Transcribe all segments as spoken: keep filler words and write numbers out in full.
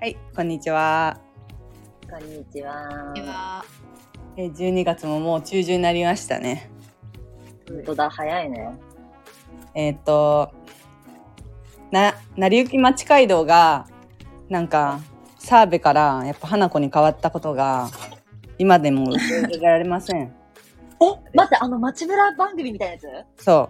はい、こんにちは。 こんにちは。 えじゅうにがつももう中旬になりましたね。 本当だ、早いね。 えっ、ー、とな成り行き町街道がなんか澤部からやっぱ花子に変わったことが今でも受け入れられません。 え、待って、あの街ブラ番組みたいなやつ？そう。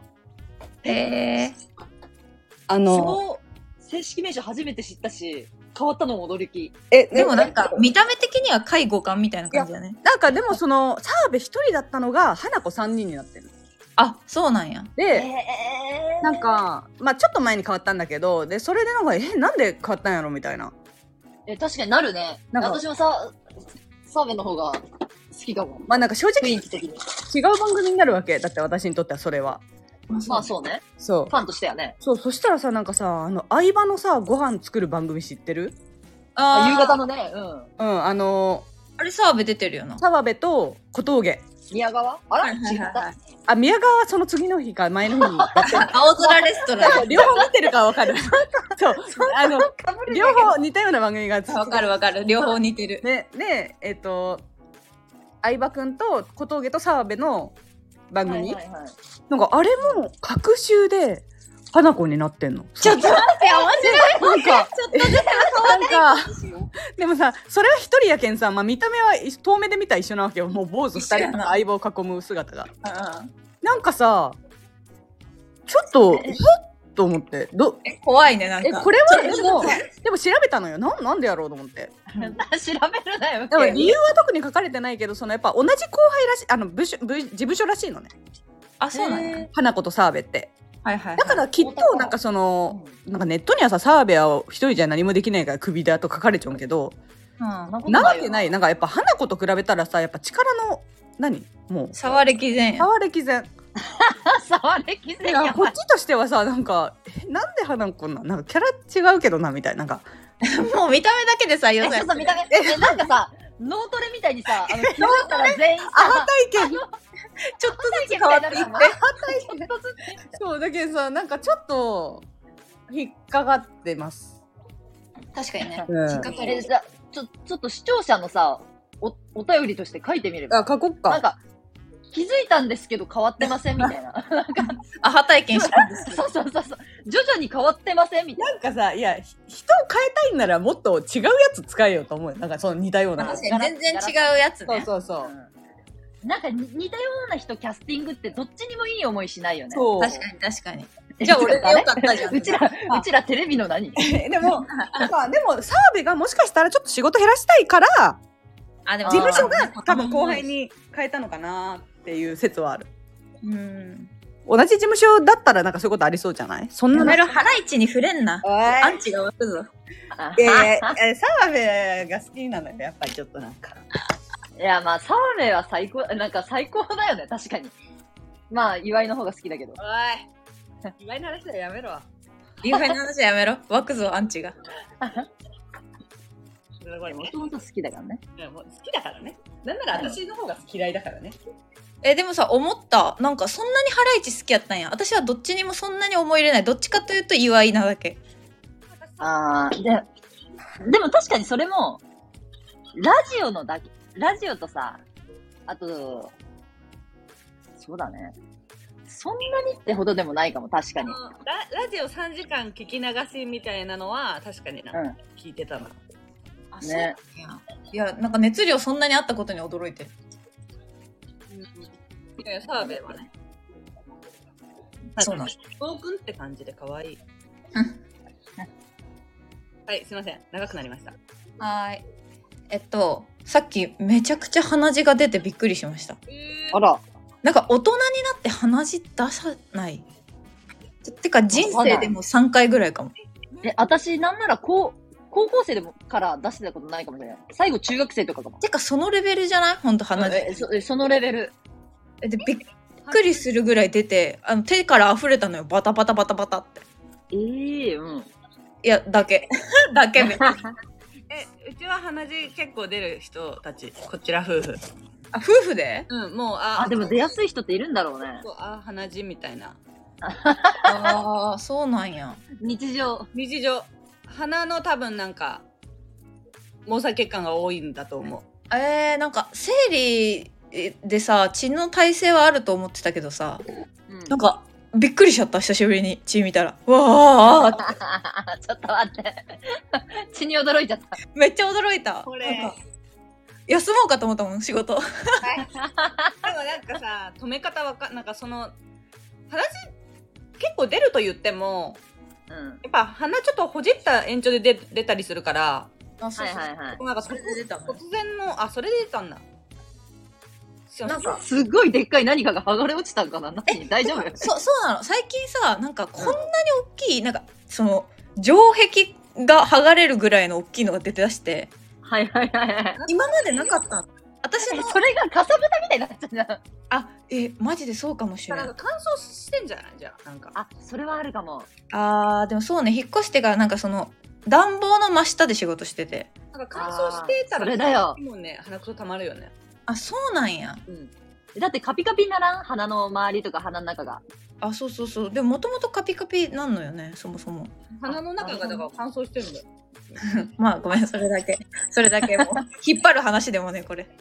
へー。 あのその正式名称初めて知ったし、変わったのも驚き。 え、でもなんか見た目的には介護官みたいな感じだね。 なんかでもその澤部一人だったのが花子三人になってる。 あ、そうなんや。 で、えー、なんかまあちょっと前に変わったんだけど、でそれでなんかえなんで変わったんやろみたいな。 え、確かになるね。なんか私もさ、澤部の方が好きかも。 まあなんか正直雰囲気的に違う番組になるわけだって、私にとってはそれは。 まあそうね。 そう。 ファンとしてはね。 そう、そしたらさ、なんかさ、あの相葉のさご飯作る番組知ってる？ ああ、夕方のね。うん。 うん、あのー、あれ澤部出てるよな。 澤部と小峠。 宮川？あら、はいはいはいはい、 違った。あ、宮川はその次の日か前の日にやってる。 青空レストラン。 両方見てるかわかる。そう、あの両方似たような番組がわかるわかる。両方似てる。 ね、で、えっと相葉くんと小峠と澤部の番組、はいはいはい、なんかあれも隔週で花子になってんの。 ちょっと待ってよ、面白い。なんかちょっとずつ変わっていく。 でもさ、それは一人やけんさ、まあ、見た目は遠目で見たら一緒なわけよ。もう坊主二人の相棒を囲む姿が。なんかさ、ちょっとえっと思ってど怖いね、なんか。 えこれはでもでも調べたのよ。ななんでやろうと思って。 調べるなよ。 でも理由は特に書かれてないけど、そのやっぱ同じ後輩らしい、あの部署部事務所らしいのね。 あ、そうなんや。 花子と澤部って。 はいはいはい、 だからきっとなんかその、うん、なんかネットにはさ、澤部は一人じゃ何もできないからクビだと書かれちゃうんけど、うん、なわけない。なんかやっぱ花子と比べたらさ、やっぱ力の何もう沢歴然沢歴然沢歴然やばい。 こっちとしてはさ、なんかえなんで花子な、なんかキャラ違うけどなみたいな、なんかもう見た目だけでさ、 よさ、見た目えなんかさ脳トレみたいにさ、あの気づいたら全員さアハ体験ちょっとずつ変わっていってそうだけどさ、なんかちょっと引っかかってます。 確かにね、 うん、 引っかかる。じゃちょちょっと視聴者のさ お, お便りとして書いてみれば。 あ、書こっか。 なんか気づいたんですけど変わってませんみたいな。なんかアハ体験したんですけど。 そうそうそうそう。徐々に変わってませんみたいな。なんかさ、いや人を変えたいんならもっと違うやつ使えようと思うよ。なんかその似たような。 確かに全然違うやつね。 そうそうそう。 うん、なんか似たような人キャスティングってどっちにもいい思いしないよね。 そう。確かに確かに。じゃあ俺でよかったじゃん。 うちら、うちらテレビの何でも、まあ、でも澤部がもしかしたらちょっと仕事減らしたいから、 あ、でも事務所が多分後輩に変えたのかなっていう説はある。 うん。 同じ事務所だったらなんかそういうことありそうじゃない？そんな。 やめろ、ハライチに触れんな。アンチが湧くぞ。 えー、澤部が好きなのよ、やっぱりちょっとなんか。 いや、まあ、澤部は最高、なんか最高だよね、確かに。まあ、岩井の方が好きだけど。 おい。岩井の話はやめろ。 岩井の話はやめろ。湧くぞ、アンチが。 もともと好きだからね。 いや、もう好きだからね。なんなら私の方が嫌いだからね。 え、でもさ、思った。なんかそんなにハライチ好きやったんや。私はどっちにもそんなに思い入れない。どっちかというと岩井なだけ。 あー、で、でも確かにそれも、ラジオのだけ、ラジオとさ、あと、そうだね。そんなにってほどでもないかも、確かに。 ラ, ラジオさんじかん聞き流しみたいなのは確かにな、うん、聞いてたな。 あ、ね。いや、なんか熱量そんなにあったことに驚いてる。 いや、澤部はね。 そうなの。 そうくんって感じで可愛い。はい、すいません。長くなりました。 はい。えっと、さっきめちゃくちゃ鼻血が出てびっくりしました。 あら。 なんか大人になって鼻血出さない。てか人生でもさんかいぐらいかも。 え、私なんならこう、高校生でもから出してたことないかもしれない。最後中学生とかかも。 てかそのレベルじゃない？ほんと鼻血。 え、そ、そのレベル。 え、で、びっくりするぐらい出て、あの手から溢れたのよ。バタバタバタバタって。 ええー、うん。 いや、だけ。だけめっちゃ。 え、うちは鼻血結構出る人たち。こちら夫婦。 あ、夫婦で？ うん、もう、あ、 あ、でも出やすい人っているんだろうね。 そう、あ、鼻血みたいな。 ああ、そうなんや。 日常。 日常。鼻の多分なんか毛細血管が多いんだと思う。 えー、なんか生理でさ血の耐性はあると思ってたけどさ、 うん、 なんかびっくりしちゃった。久しぶりに血見たらわあちょっと待って血に驚いちゃった。 めっちゃ驚いた。 これなんか休もうかと思ったもん仕事。 でもなんかさ止め方わかなんかその鼻血結構出ると言っても、 うん、 やっぱ鼻ちょっとほじった延長で出出たりするから、 あ、そうそう、 はいはいはい。 なんかそれで出たの。 突然のあそれで出たんだ。 なんかすっごいでっかい何かが剥がれ落ちたんかな。何大丈夫？ そそうなの。最近さなんかこんなに大きいなんかその城壁が剥がれるぐらいの大きいのが出て出して、 はいはいはいはい。 今までなかったの。私のそれがかさぶたみたいになっちゃうじゃん。 あえマジでそうかもしれない。 なんか乾燥してんじゃないじゃあなんか。 あ、それはあるかも。 あーでもそうね、引っ越してからなんかその暖房の真下で仕事してて、 なんか乾燥してたらそれだよ。 もうね鼻くそたまるよね。 あそうなんや。 うんだってカピカピにならん？鼻の周りとか鼻の中が。 あそうそうそう。でももともとカピカピなんのよねそもそも。 鼻の中がだから乾燥してるんだよ。 まあごめんそれだけそれだけもう引っ張る話でもねこれ。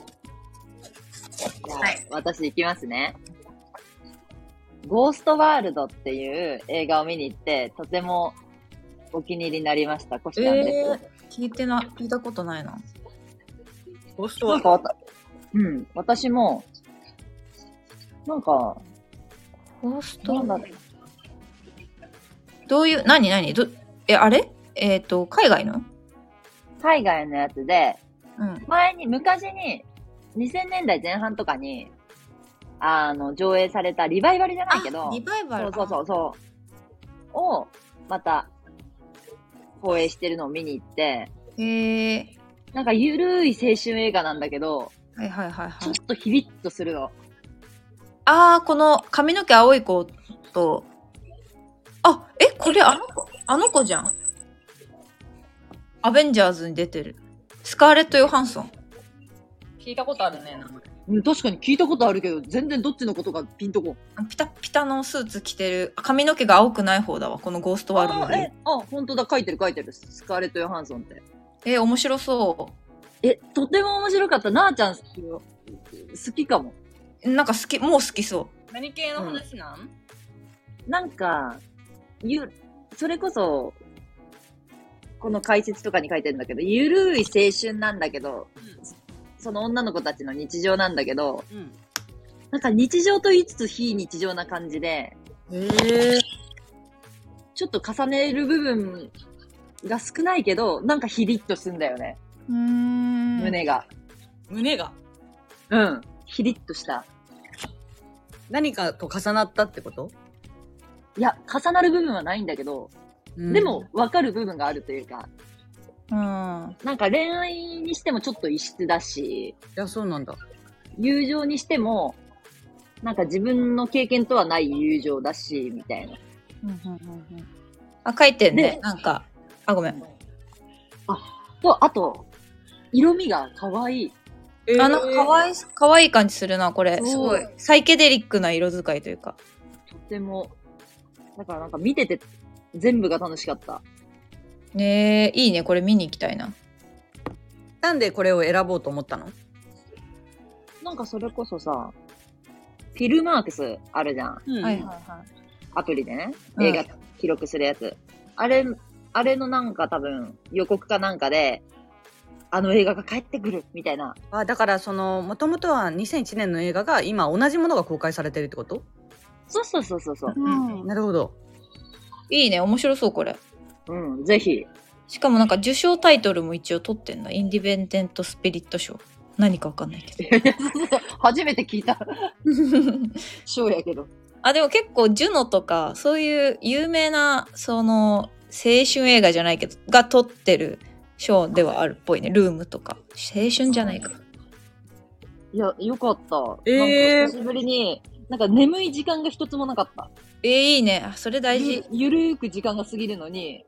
はい。私行きますね。ゴーストワールドっていう映画を見に行って、とてもお気に入りになりました。コシちゃんです。 えー、聞いてな聞いたことないな。 ゴーストはなんかわた、うん、私も、なんか、 ゴーストなんだろう。 どういう何何どえあれえっ、ー、と海外の？ 海外のやつで、 うん。 前に、昔に、にせんねんだいぜん半とかに、あの、上映されたリバイバルじゃないけど、 リバイバル。 そうそうそうそう、を、また、放映してるのを見に行って、 へえ。 なんかゆるい青春映画なんだけど、 はいはいはいはいちょっ。とヒリッとするの。 あーこの髪の毛青い子と、あえこれあの子あの子じゃん。アベンジャーズに出てるスカーレット・ヨハンソン。 聞いたことあるね名前。 うん、確かに聞いたことあるけど、全然どっちのことかピンとこん。 ピタピタのスーツ着てる。髪の毛が青くない方だわこのゴーストワールドあ、 で。 え、あ、本当だ、書いてる書いてる。スカーレット・ヨハンソンって。 え面白そえ、とても面白かった。なあちゃん好きよ。好きかも。 う。なんか好きもう好きそ何系の話なん？ なんか、ゆ、それこそ、この解説とかに書いてるんだけど、ゆるい青春なんだけど、その女の子たちの日常なんだけど、 うん。うんなんか日常と言いつつ非日常な感じで、 へえ。 ちょっと重ねる部分が少ないけど、なんかヒリッとすんだよね。 う。うーん。 胸が。 胸がうん。ヒリッとした。 何かと重なったってこと？ いや、重なる部分はないんだけど、 うんでも分かる部分があるというか、 うん。 なんか恋愛にしてもちょっと異質だし、 いやそうなんだ。 友情にしても、なんか自分の経験とはない友情だし、みたいな。 うんうんうんうんあ書いてんねでなんか。あごめん。 と、あと、色味が可愛い。 えあなんかかわいかわいい感じするなこれ。 そうすごいサイケデリックな色使いというか。 とても、だからなんか見てて全部が楽しかった。 ねえいいねこれ見に行きたいな。 なんでこれを選ぼうと思ったの？ なんかそれこそさ、フィルマークスあるじゃん。 うんはいはいはい。 アプリでね。 うん映画記録するやつ。あれ、あれのなんか多分予告かなんかで、あの映画が帰ってくるみたいな。 あだからそのもともとはにせんいちねんの映画が今同じものが公開されてるってこと？ そうそうそうそうそう。 うんなるほど。 いいね面白そうこれ。 うん、ぜひ。 しかもなんか受賞タイトルも一応取ってんだ。インディペンデントスピリット賞。何かわかんないけど。 初めて聞いた。賞やけど。 あでも結構ジュノとかそういう有名なその青春映画じゃないけどが取ってる賞ではあるっぽいね。ルームとか青春じゃないか。 いや、よかった。 えーなんか久しぶりに、なんか眠い時間が一つもなかった。 えー、いいねあそれ大事。 ゆゆるーく時間が過ぎるのに、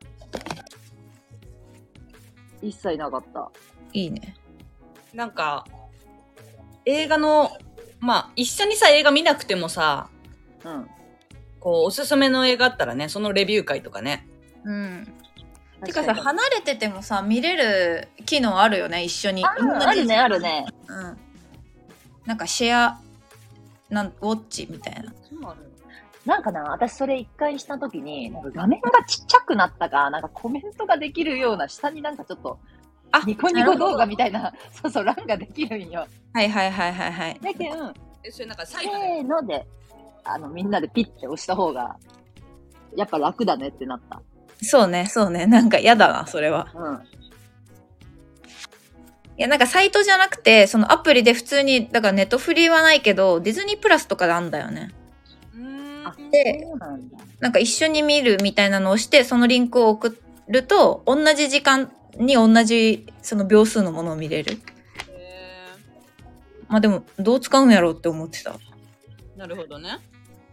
一切なかった。 いいね。 なんか映画のまあ一緒にさ映画見なくてもさうん。 こうおすすめの映画あったらねそのレビュー会とかねうん。 てかさ、離れててもさ、見れる機能あるよね、一緒に。 ああるね、あるね。 うん。なんかシェア、なんウォッチみたいな。 なんかな、私それ一回したときに、なんか画面がちっちゃくなったか、なんかコメントができるような、下になんかちょっと、 あ、 ニコニコ動画みたいな、そうそう、欄ができるんよ。 はいはいはいはいはい。 だけど、 え、それなんかせサイトで。 ーので、あの、みんなでピッて押した方が、やっぱ楽だねってなった。 そうね、そうね。なんか嫌だな、それは。 うん。 いや、なんかサイトじゃなくて、そのアプリで普通に、だからネットフリーはないけど、ディズニープラスとかであんだよね。 うーん。 あ、 でそうなんだ。 なんか一緒に見るみたいなのをして、そのリンクを送ると、同じ時間に同じその秒数のものを見れる。 へまあでも、どう使うんやろうって思ってた。 ーなるほどね。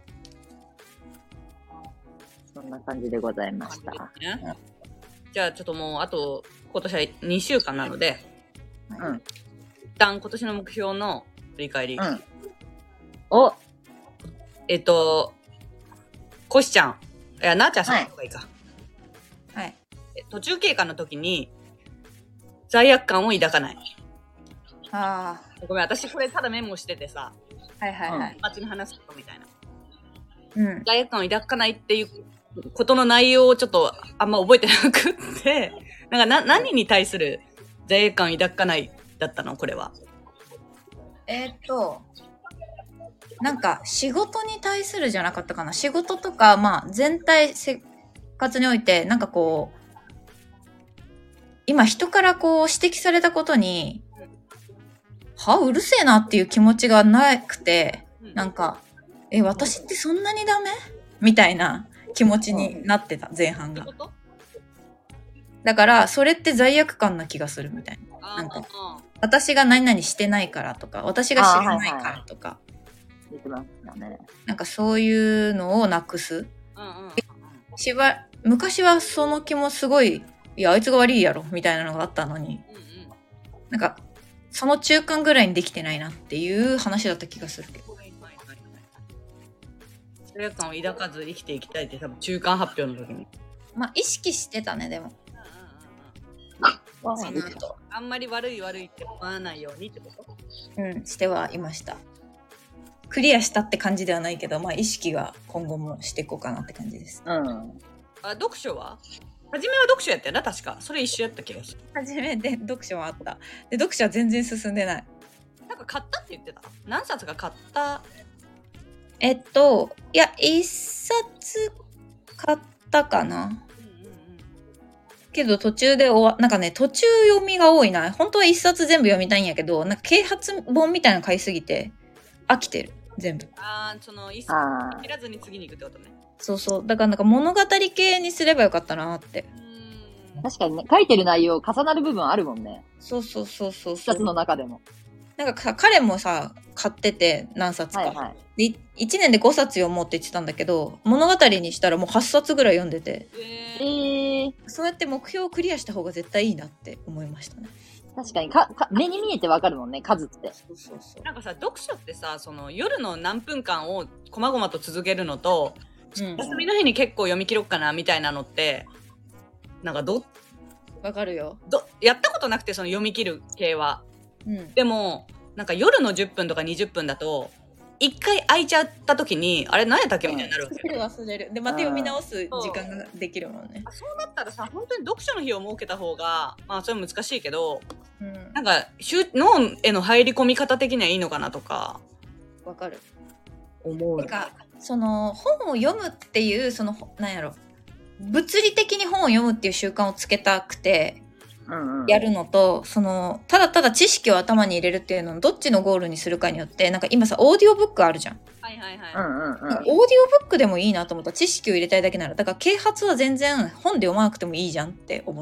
そんな感じでございました。 ね、じゃあちょっともうあと今年はにしゅうかんなので、 うん。 一旦今年の目標の振り返り。 うん。お、 えっと、コシちゃん、いや、なーちゃんさんの方がいいか。 はい。 え途中経過の時に罪悪感を抱かない。 あごめん、私これただメモしててさ、 あ。はいはいはい。 街に話すことみたいな。 うん。 罪悪感を抱かないっていうことの内容をちょっとあんま覚えてなくって、なんかな、何に対する罪悪感を抱かないだったのこれは。 えーっと、なんか仕事に対するじゃなかったかな。仕事とか、まあ全体生活において、なんかこう、今人からこう指摘されたことに、はうるせえなっていう気持ちがなくて、なんか、え、私ってそんなにダメみたいな気持ちになってた、前半が。だから、それって罪悪感な気がするみたいな。なんか、私が何々してないからとか、私が知らないからとか、 言ってましたね。 なんかそういうのをなくす。 うんうんうんしば昔はその気もすごい、いや、あいつが悪いやろ、みたいなのがあったのに、 うんうん。 なんか、その中間ぐらいにできてないなっていう話だった気がするけど。 はいはいはいはい。罪悪感を抱かず生きていきたいって多分中間発表の時に。 まあ、意識してたね、でも。 わその後。 あんまり悪い悪いって思わないようにってこと？ うん、してはいました。クリアしたって感じではないけど、まあ意識は今後もしていこうかなって感じです。 うん。 あ、読書は初めは読書やったよな、確か。それ一緒やった気がする。 初めて読書もあった。で、読書は全然進んでない。 なんか買ったって言ってた？何冊か買った？ えっと、いや、一冊買ったかな。 うんうんうん。 けど途中で終わ、なんかね、途中読みが多いな。本当は一冊全部読みたいんやけど、なんか啓発本みたいなの買いすぎて、飽きてる。全部。 あー、その一冊ああ。 切らずに次に行くってことね。 そうそう。だからなんか物語系にすればよかったなって。 うーん。 確かにね、書いてる内容重なる部分あるもんね。 そうそうそうそう一冊そう。 の中でも。 なんかさ、彼もさ、買ってて何冊か。 はいはい。 でいいちねんでごさつ読もうって言ってたんだけど、物語にしたらもうはっさつぐらい読んでて、 ええー、 ー、 そうやって目標をクリアした方が絶対いいなって思いましたね。 確かにかか、目に見えてわかるもんね、数って。 そうそうそう。 なんかさ、読書ってさ、その夜の何分間をこまごまと続けるのと、 うん。 休みの日に結構読み切ろっかなみたいなのって、なんかど、 わかるよ。 ど、やったことなくてその読み切る系は。 うん。 でも、なんか夜のじゅっぷんとかにじゅっぷんだと、一回空いちゃった時に、あれ何やったっけみたいになるわけ。 忘れる忘れる。で、また読み直す時間ができるもんね。 そうなったらさ、本当に読書の日を設けた方が、まあそれ難しいけど、 うん。 なんか脳への入り込み方的にはいいのかなとかわかる。 思う。 てか、その本を読むっていう、その、なんやろ。物理的に本を読むっていう習慣をつけたくて、 うんうん。 やるのと、その、ただただ知識を頭に入れるっていうのをどっちのゴールにするかによって、なんか今さ、オーディオブックあるじゃん。 はいはいはい。 うんうんうん。 オーディオブックでもいいなと思った。知識を入れたいだけなら。だから啓発は全然本で読まなくてもいいじゃんって思った。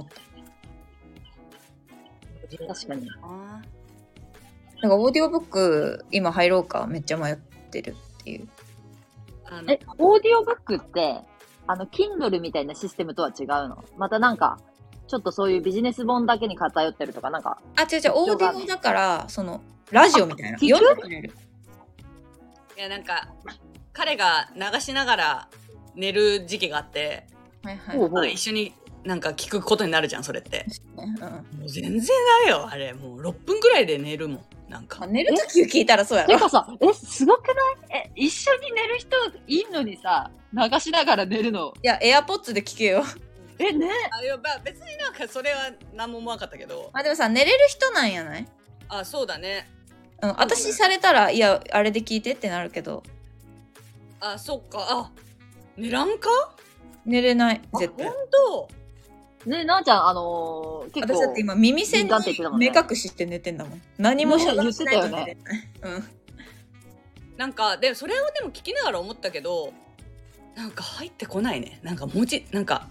確かに。 あだからオーディオブック今入ろうかめっちゃ迷ってるっていう。 あのえ、オーディオブックって、あの、Kindle みたいなシステムとは違うの？またなんか、ちょっとそういうビジネス本だけに偏ってるとか、なんか。 あ、違う違う、オーディオだから、その、ラジオみたいな。 聞く？ 読んでくれる。 いやなんか彼が流しながら寝る時期があって、 はいはい。 ほうほうまあ、一緒になんか聞くことになるじゃん、それって。 うん、 もう全然だよ、あれ。もうろっぷんぐらいで寝るもん。なんか。 寝るとき聞いたらそうやろ。 てかさ、え、すごくないえ、一緒に寝る人いんのにさ、流しながら寝るの。 いや、エアポッツで聞けよ。 え、ね。 あ、いや、まあ、別になんかそれは何も思わなかったけど。 まあでもさ、寝れる人なんやない？ あ、そうだね。 うん、私されたら、いや、あれで聞いてってなるけど、 あ、そっか。あ、寝らんか？ 寝れない、絶対ほん。と？ ね、なあちゃん、あのー、結構。 私だって今耳栓に敏感って言ってたもんね目隠しして寝てんだもん。何も遮断しないと寝れない。うん。 なんか、でもそれをでも聞きながら思ったけど、なんか入ってこないね。なんか文字、なんか、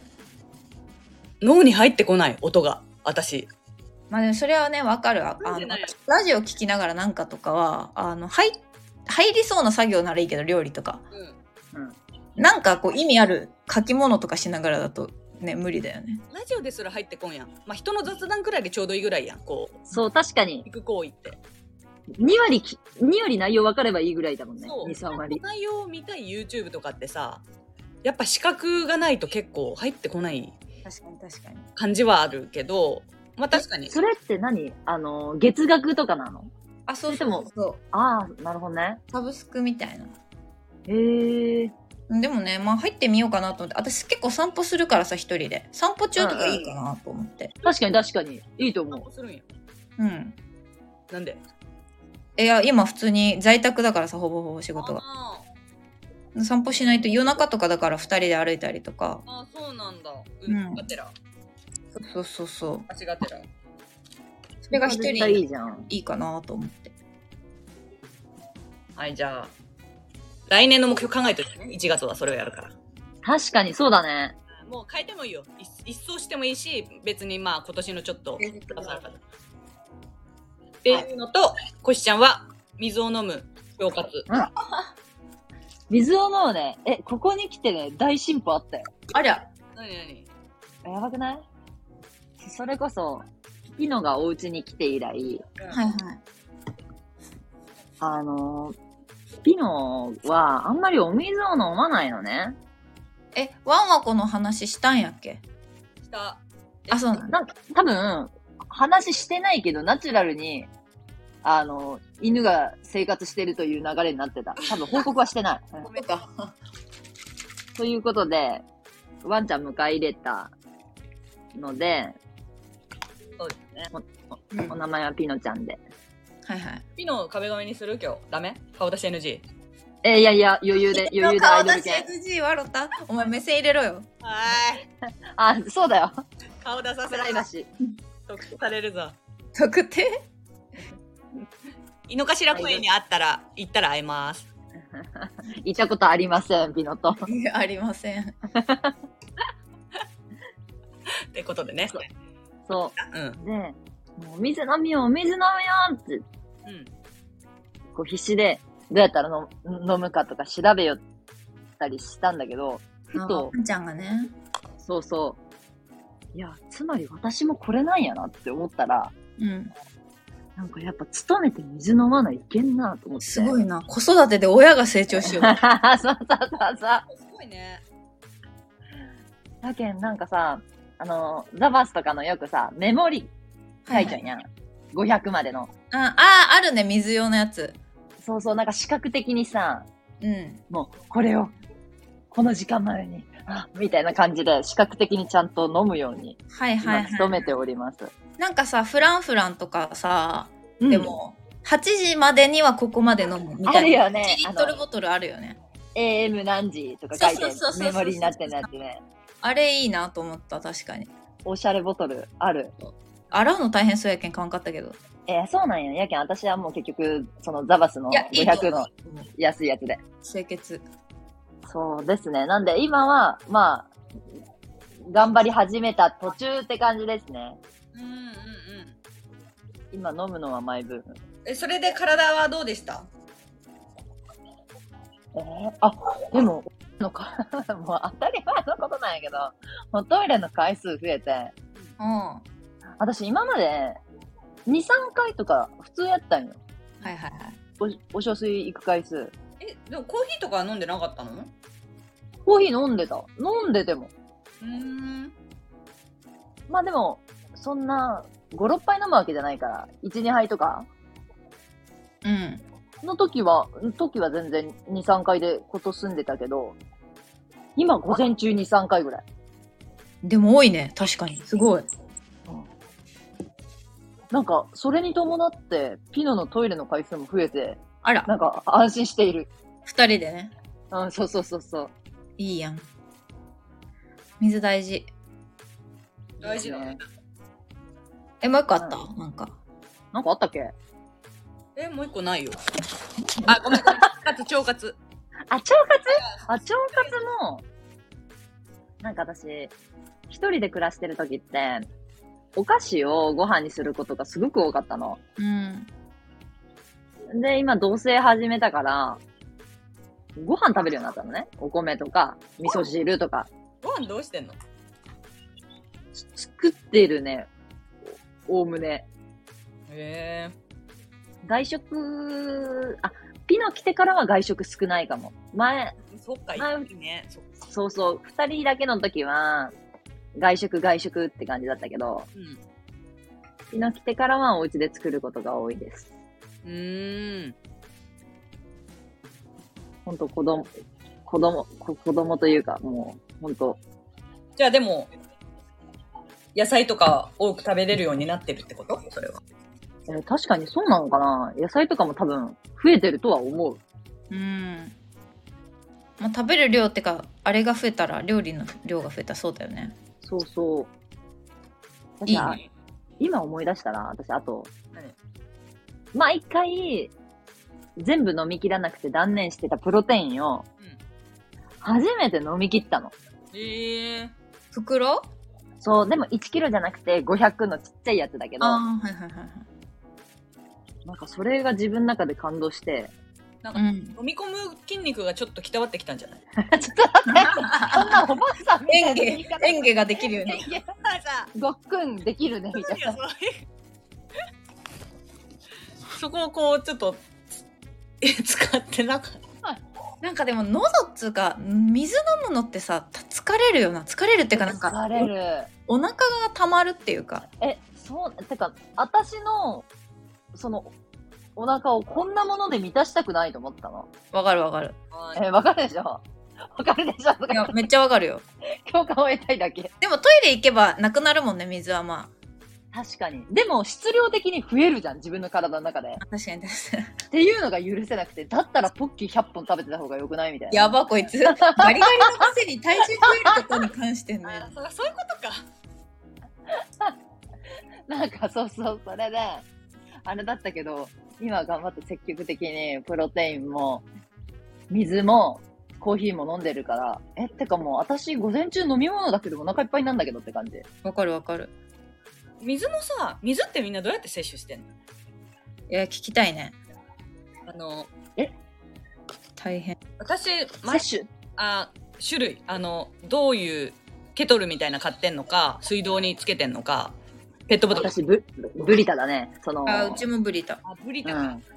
脳に入ってこない音が、私。 まあでもそれはね、わかる。ああのなんでないラジオ聞きながらなんかとかは、あの、入、入りそうな作業ならいいけど、料理とか。 うん。 なんかこう意味ある書き物とかしながらだとね、無理だよね。 ラジオですら入ってこんやん。まあ、人の雑談くらいでちょうどいいぐらいやん。こう、 そう、確かに。 聞く行為って。 に割き、に割内容分かればいいぐらいだもんね。 そう。 に、さん割。 内容を見たい YouTube とかってさ、やっぱ視覚がないと結構入ってこない確かに確かに。 感じはあるけど、まあ確かに。 それって何あの、月額とかなの？ あ、そうそれともそう。 ああ、なるほどね。 サブスクみたいな。 へえ。 でもね、まあ入ってみようかなと思って。私結構散歩するからさ、一人で。散歩中とかいいかなと思って。 確かに確かに。いいと思う。 散歩するんや。 うん。 なんで？ いや、今普通に在宅だからさ、ほぼほぼ仕事が。 あ散歩しないと夜中とかだから二人で歩いたりとか。 ーあー、そうなんだ。ううんん。がてら。 そうそうそう。 足がてら。 それが一絶対い人いじゃん。 いいかなと思って。 はい、じゃあ、来年の目標考えてるね。いちがつはそれをやるから。 確かにそうだね。 もう変えてもいいよ。一一掃してもいいし、別にまあ今年のちょっと。っていうのと、コシちゃんは水を飲む腸活。 水を飲むね。え、ここに来てね、大進歩あったよ。 ありゃ。 なになに？ やばくない？それこそ、ピノがお家に来て以来、 はいはい。 あの、ピノはあんまりお水を飲まないのね。 え、ワンワコの話したんやっけ？ した。 あ、そうなんだ。 なんか、多分、話してないけど、ナチュラルに、あの、犬が生活してるという流れになってた。多分報告はしてない。 ごめんか。 ということで、ワンちゃん迎え入れたので、 そうですね。 うんお名前はピノちゃんで。 はいはい。 ピノ壁紙にする今日。ダメ？顔出し エヌジー。 え、いやいや、余裕で、余裕でアイドル系。 顔出し エヌジー 笑った。お前目線入れろよ。 はーい。 あ、そうだよ。 顔出させプライバシー。 特定されるぞ。 特定？ 井の頭公園に会ったら、行ったら会えます。 行ったことありません、ピノと。 いやありません。 ってことでね。 そうん。 う。で、もう水飲みよう、水飲むよって、 うん。 こう必死で、どうやったらの飲むかとか調べよったりしたんだけど、ふとワ、ンちゃんがね。 そうそう。いや、つまり私もこれなんやなって思ったら、 うん。 なんかやっぱ勤めて水飲まないけんなと思って。 すごいな。子育てで親が成長しよう。 そうそうそうそう。 すごいね。 だけん、なんかさ、あの、ザバスとかのよくさ、メモリ書いちゃうんやん。ごひゃくまでの。 あ、あ、あるね、水用のやつ。 そうそう、なんか視覚的にさ、 うん。 もう、これを、この時間までに、あ、みたいな感じで、視覚的にちゃんと飲むように、 はいはい今、努はい。 めております。 なんかさ、フランフランとかさ、 うんでも、はちじまでにはここまで飲むみたいな。 あるよねいちリットルボトルあるよね。 エーエム 何時とか書いてそうそうそうそうそうメモリになってるやつね。 あれいいなと思った、確かに。 おしゃれボトル、ある。 洗うの大変そうやけん買わんかったけど。 えーそうなんや。やけん、私はもう結局、そのザバスのいや、いい 500 と思うの安いやつで。 清潔。 そうですね。なんで、今は、まあ、頑張り始めた途中って感じですね。 うんうんうん。 今飲むのはマイブーム。 え、それで体はどうでした？ えー、あ、でも、のかもう当たり前のことなんやけど、もうトイレの回数増えて、 うん。は私今までに、さんかいとか普通やったんよ。 いはいはい。 お、お小水行く回数。 え、でもコーヒーとかは飲んでなかったの？ コーヒー飲んでた。飲んでても。 うーん。 まあでも、そんな、ご、ろっぱい飲むわけじゃないから、いち、にはいとかうん。 の時は、時は全然に、さんかいでこと済んでたけど、今午前中に、さんかいぐらい。 でも多いね。確かに。すごい。 なんか、それに伴って、ピノのトイレの回数も増えて、 あら、 なんか安心している。 二人でね。 うん、そうそうそうそう。 いいやん。水大事。 大事だね。 ね。 え、もう一個あった、 うなんか。 なんかあったっけ？ え、もう一個ないよ。あ、ごめん。あと腸活。 あ、腸活あ、腸活も、なんか私、一人で暮らしてる時って、お菓子をご飯にすることがすごく多かったの。 うん。 で、今、同棲始めたから、ご飯食べるようになったのね。お米とか、味噌汁とか。 ご飯どうしてんの？ 作ってるね。おおむね。 へえ。 外食、あ、ピノ来てからは外食少ないかも。前、 そっか、いはいいね。そっか。 そうそう、二人だけの時は、外食外食って感じだったけど、 うん。 ピノ来てからはお家で作ることが多いです。 うーん。 ほんと子供、子供、こ子供というか、もう、ほんと。 じゃあでも、野菜とか多く食べれるようになってるってこと？それは。 えー確かにそうなのかな？野菜とかも多分、増えてるとは思う。 うん。まあ、食べる量ってか、あれが増えたら、料理の量が増えたらそうだよね。 そうそう。私あいいね。 今思い出したら、私あと、 何？ 毎回、全部飲み切らなくて断念してたプロテインを、 うん。 初めて飲み切ったの。 ええ。 袋？ そう、でもいちキロじゃなくてごひゃくのちっちゃいやつだけど、 ああ、はいはいはいはい。 なんかそれが自分の中で感動して、 なんか、 うん。 飲み込む筋肉がちょっと鍛わってきたんじゃない？ ちょっと待って、そんなおばあさんみたいな演言い方。 芸演芸ができるよね。 いやさ、 ごっくんできるね、みたいな。 そういうそこをこう、ちょっと、え使ってなかった。 なんかでも喉っつうか水飲むのってさ疲れるよな。疲れるっていうかなんか疲れる。 お腹が溜まるっていうか。 え、そう、てか、私の、その、お腹をこんなもので満たしたくないと思ったの。 わかるわかる。 え、わかるでしょ？わかるでしょ？とかいやめっちゃわかるよ。 共感を得たいだけ。 でもトイレ行けばなくなるもんね、水は。ま確かに。でも、質量的に増えるじゃん、自分の体の中で。 あ確かに確かに。 っていうのが許せなくて、だったらポッキーひゃっぽん食べてた方が良くないみたいな。 やばこいつガリガリのくせに体重増えることに関してね。 あ、そうそういうことか。 なんかそうそう、それで、あれだったけど、今は頑張って積極的にプロテインも、水も、コーヒーも飲んでるから、え、てかもう私午前中飲み物だけでお腹いっぱいなんだけどって感じ。 わかるわかる。 水のさ、水ってみんなどうやって摂取してんの？ いや聞きたいね。 あの、 大変。 私、前摂取あ、種類、あの、どういうケトルみたいな買ってんのか、水道につけてんのか、ペットボトル。 私ブ、ブリタだね。その、 あうちもブリタ。 あ、ブリタか。 うん。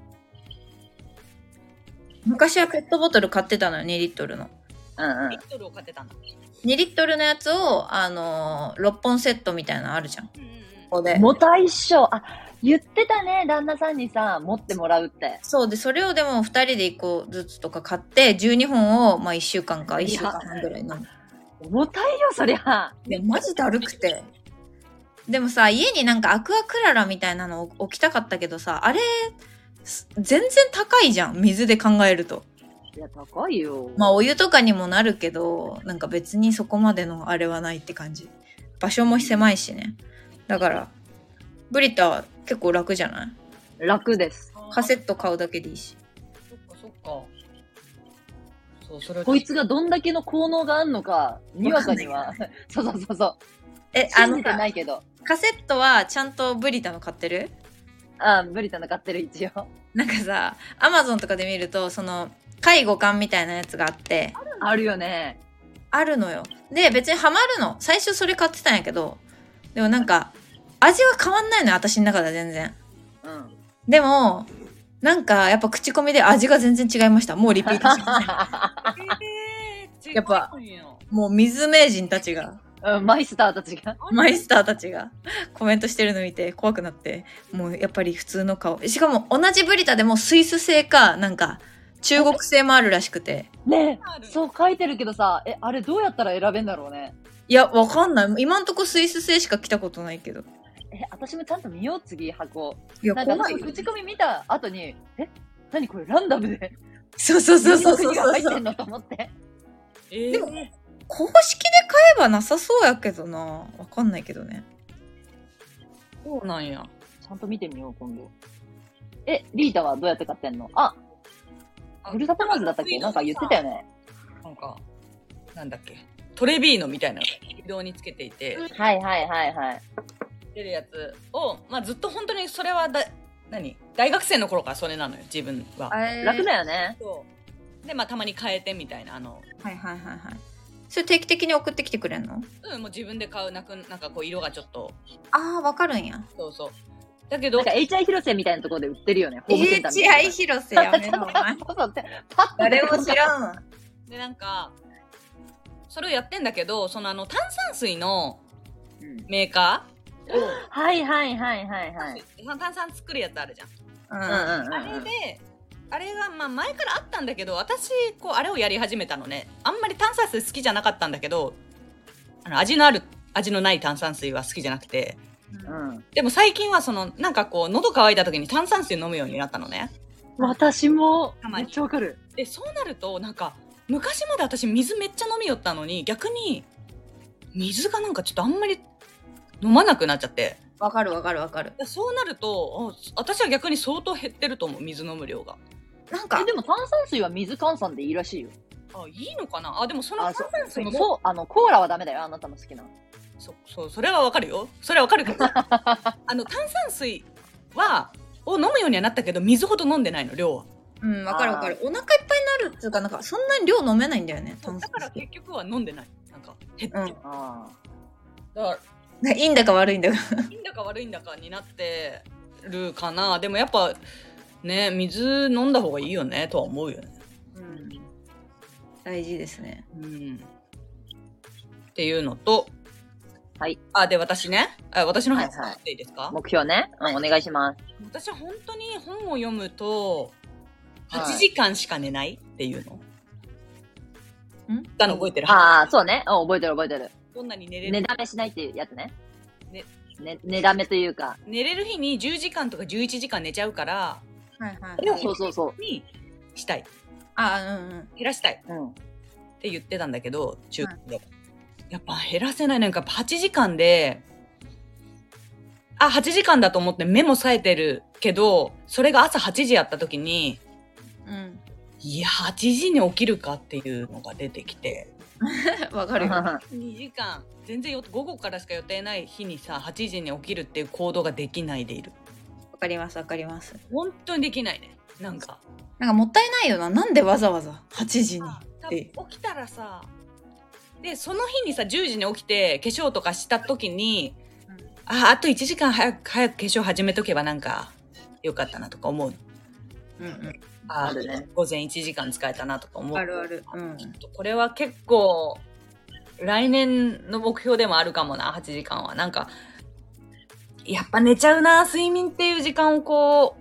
昔はペットボトル買ってたのよ、にリットルの。 うんうんリ。ットルを買ってたんだ。 にリットルのやつを、あのー、ろっぽんセットみたいなのあるじゃん。こうんうんうん。 こで。 もた一緒。あ、言ってたね、旦那さんにさ、持ってもらうって。 そうで、それをでもふたりでいっこずつとか買って、じゅうにほんを、まあ、いっしゅうかんかいっしゅうかんはんぐらい飲む。 重たいよ、そりゃ。 いや、マジだるくて。でもさ、家になんかアクアクララみたいなの置きたかったけどさ、あれ、す全然高いじゃん、水で考えると。 いや、高いよ。 まあ、お湯とかにもなるけど、なんか別にそこまでのあれはないって感じ。場所も狭いしね。だから、ブリタは結構楽じゃない？ 楽です。 カセット買うだけでいいし。 そっかそっか。そう、それをこいつがどんだけの効能があんのか、にわかには。そうそうそうそう。 え、あ信じてのさないけど。 カセットはちゃんとブリタの買ってる？ あ、ブリタの買ってる一応。 なんかさ、アマゾンとかで見ると、その、介護缶みたいなやつがあって、 あるよね。 あるのよ。で、別にハマるの。最初それ買ってたんやけど、でもなんか、味は変わんないのよ、私の中では全然。 うん。 でも、なんか、やっぱ口コミで味が全然違いました。もうリピートしません。 えー、 やっぱ違うんよもう水名人たちが、 うん、マイスターたちが。 マイスターたちがコメントしてるの見て怖くなって、もうやっぱり普通の顔。しかも同じブリタでもスイス製か、なんか中国製もあるらしくて。 ねえ、そう書いてるけどさ、え、あれどうやったら選べんだろうね。 いや、わかんない。今んとこスイス製しか来たことないけど。 え、私もちゃんと見よう、次、箱。 いや、 なんか、 怖いよ。 口コミ見た後に、え、何これランダムで。 そうそうそうそうそう国がそう入ってんのと思って。 えー、 でも公式で買えばなさそうやけどな。わかんないけどね。 そうなんや。 ちゃんと見てみよう、今度。え、リータはどうやって買ってんの？あ、ふるさと納税だったっけ？なんか言ってたよね。 なんか、なんだっけ。トレビーノみたいなのを移動につけていて、 はいはいはいはい。 出るやつを、まあずっと本当にそれはだ、何大学生の頃からそれなのよ、自分は。 楽だよね。 そうで、まあたまに変えてみたいな、あの、 はいはいはいはい。それ定期的に送ってきてくれんの？ うん、もう自分で買う、なく、なんかこう色がちょっと、 ああ、わかるんや。 そうそう。だけど、 なんか エイチアイ 広瀬みたいなところで売ってるよね。ホームセンターみたいな。 エイチアイ 広瀬やめろ、お前。 そうそうってパッと誰も知らんわ。 で、なんか、それをやってんだけど、そのあの炭酸水のうんメーカはいはいはいはいー、 はい。 その炭酸作るやつあるじゃん。 うんうんうんうん。 あれで、あれがまあ前からあったんだけど、私こうあれをやり始めたのね。あんまり炭酸水好きじゃなかったんだけど、あの味のある味のない炭酸水は好きじゃなくて、 うん。 でも最近はそのなんかこう喉乾いた時に炭酸水飲むようになったのね。 私もたまにめっちゃわかる。 でそうなるとなんか昔まで私水めっちゃ飲みよったのに逆に水がなんかちょっとあんまり飲まなくなっちゃって。 わかるわかるわかる。 そうなるとあ私は逆に相当減ってると思う、水飲む量が。 なんかえ、でも炭酸水は水換算でいいらしいよ。 あいいのかなあ。でもそのあ、 炭そ酸水もそのそう、あの、コーラはダメだよ、あなたの好きな。 そそうそれはわかるよ、それはわかるけどあの炭酸水はを飲むようにはなったけど水ほど飲んでないの、量は。 うん、わかるわかる。お腹いっぱいになるっていうか、なんかそんなに量飲めないんだよね。炭だから酸水結局は飲んでない、なんか減ってる、 うん。 あだかいいんだか悪いんだか。 らいいんだか悪いんだかになってるかな。でもやっぱね、水飲んだ方がいいよねとは思うよね。 うん。大事ですね。 うんっていうのと、 はい。 あ、で、私ね、あ私の話はいはいしていいですか？ あ。目標ね。うん、お願いします。 私は本当に本を読むと、 はいはちじかんしか寝ないっていうの。 んだの覚えてる？ ああ、そうね。うん、覚えてる覚えてる。 どんなに寝れる、 寝だめしないっていうやつね。 ねね、寝だめというか。 寝れる日にじゅうじかんとかじゅういちじかん寝ちゃうから、 はいはでもそうそうそう。 にしたい。 あ、うんうん。 減らしたいっうん。 て言ってたんだけど、中学で。やっぱ減らせない。なんかはちじかんで、あ、はちじかんだと思って目も冴えてるけど、それが朝はちじやった時に、 うん。 いや、はちじに起きるかっていうのが出てきて、 わかるよ。 にじかん、全然よ午後からしか予定ない日にさ、はちじに起きるっていう行動ができないでいる。 わかりますわかります。 本当にできないね。なんか。 なんかもったいないよな。なんでわざわざはちじにって。 起きたらさ、で、その日にさ、じゅうじに起きて化粧とかした時に、 うんあ、あといちじかん早く、早く化粧始めとけばなんか、よかったなとか思う。 うんうん。 ああるね。 午前いちじかん使えたなとか思う。 あるある。うん。 ちょっとこれは結構、来年の目標でもあるかもな、はちじかんは。なんか、やっぱ寝ちゃうな、睡眠っていう時間をこ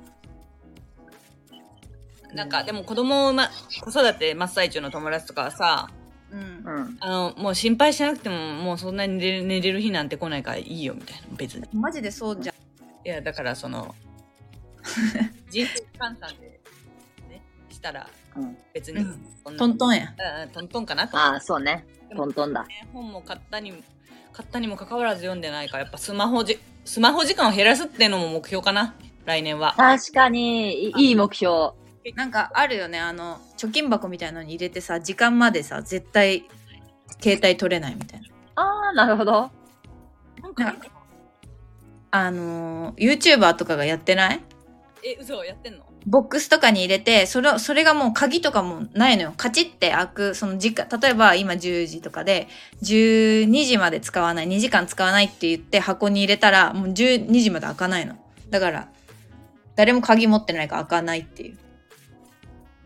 う、なんか、でも子供を、ま、子育て真っ最中の友達とかはさ、 うん。 うん。 あの、もう心配しなくても、もうそんなに寝れる寝れる日なんて来ないからいいよ、みたいな、別に。 マジでそうじゃん。 いや、だからその、人生換算で、ね、したら、 うん。 別に、 うんそんなトントンや。 うんトントンかなと。 ああ、そうね。 でもトントンだ。 ね本も買ったに買ったにもかかわらず読んでないから、やっぱスマホじスマホ時間を減らすっていうのも目標かな、来年は。 確かに、いいい目標。 なんかあるよね。あの、貯金箱みたいなのに入れてさ、時間までさ、絶対携帯取れないみたいな。 ああ、なるほど。 なんかなんあのー、YouTuber とかがやってない？ え、嘘やってんの？ ボックスとかに入れて、それ、それがもう鍵とかもないのよ。カチって開く、その時間、例えば今じゅうじとかで、じゅうにじまで使わない、にじかん使わないって言って箱に入れたら、もうじゅうにじまで開かないの。だから、誰も鍵持ってないから開かないっていう。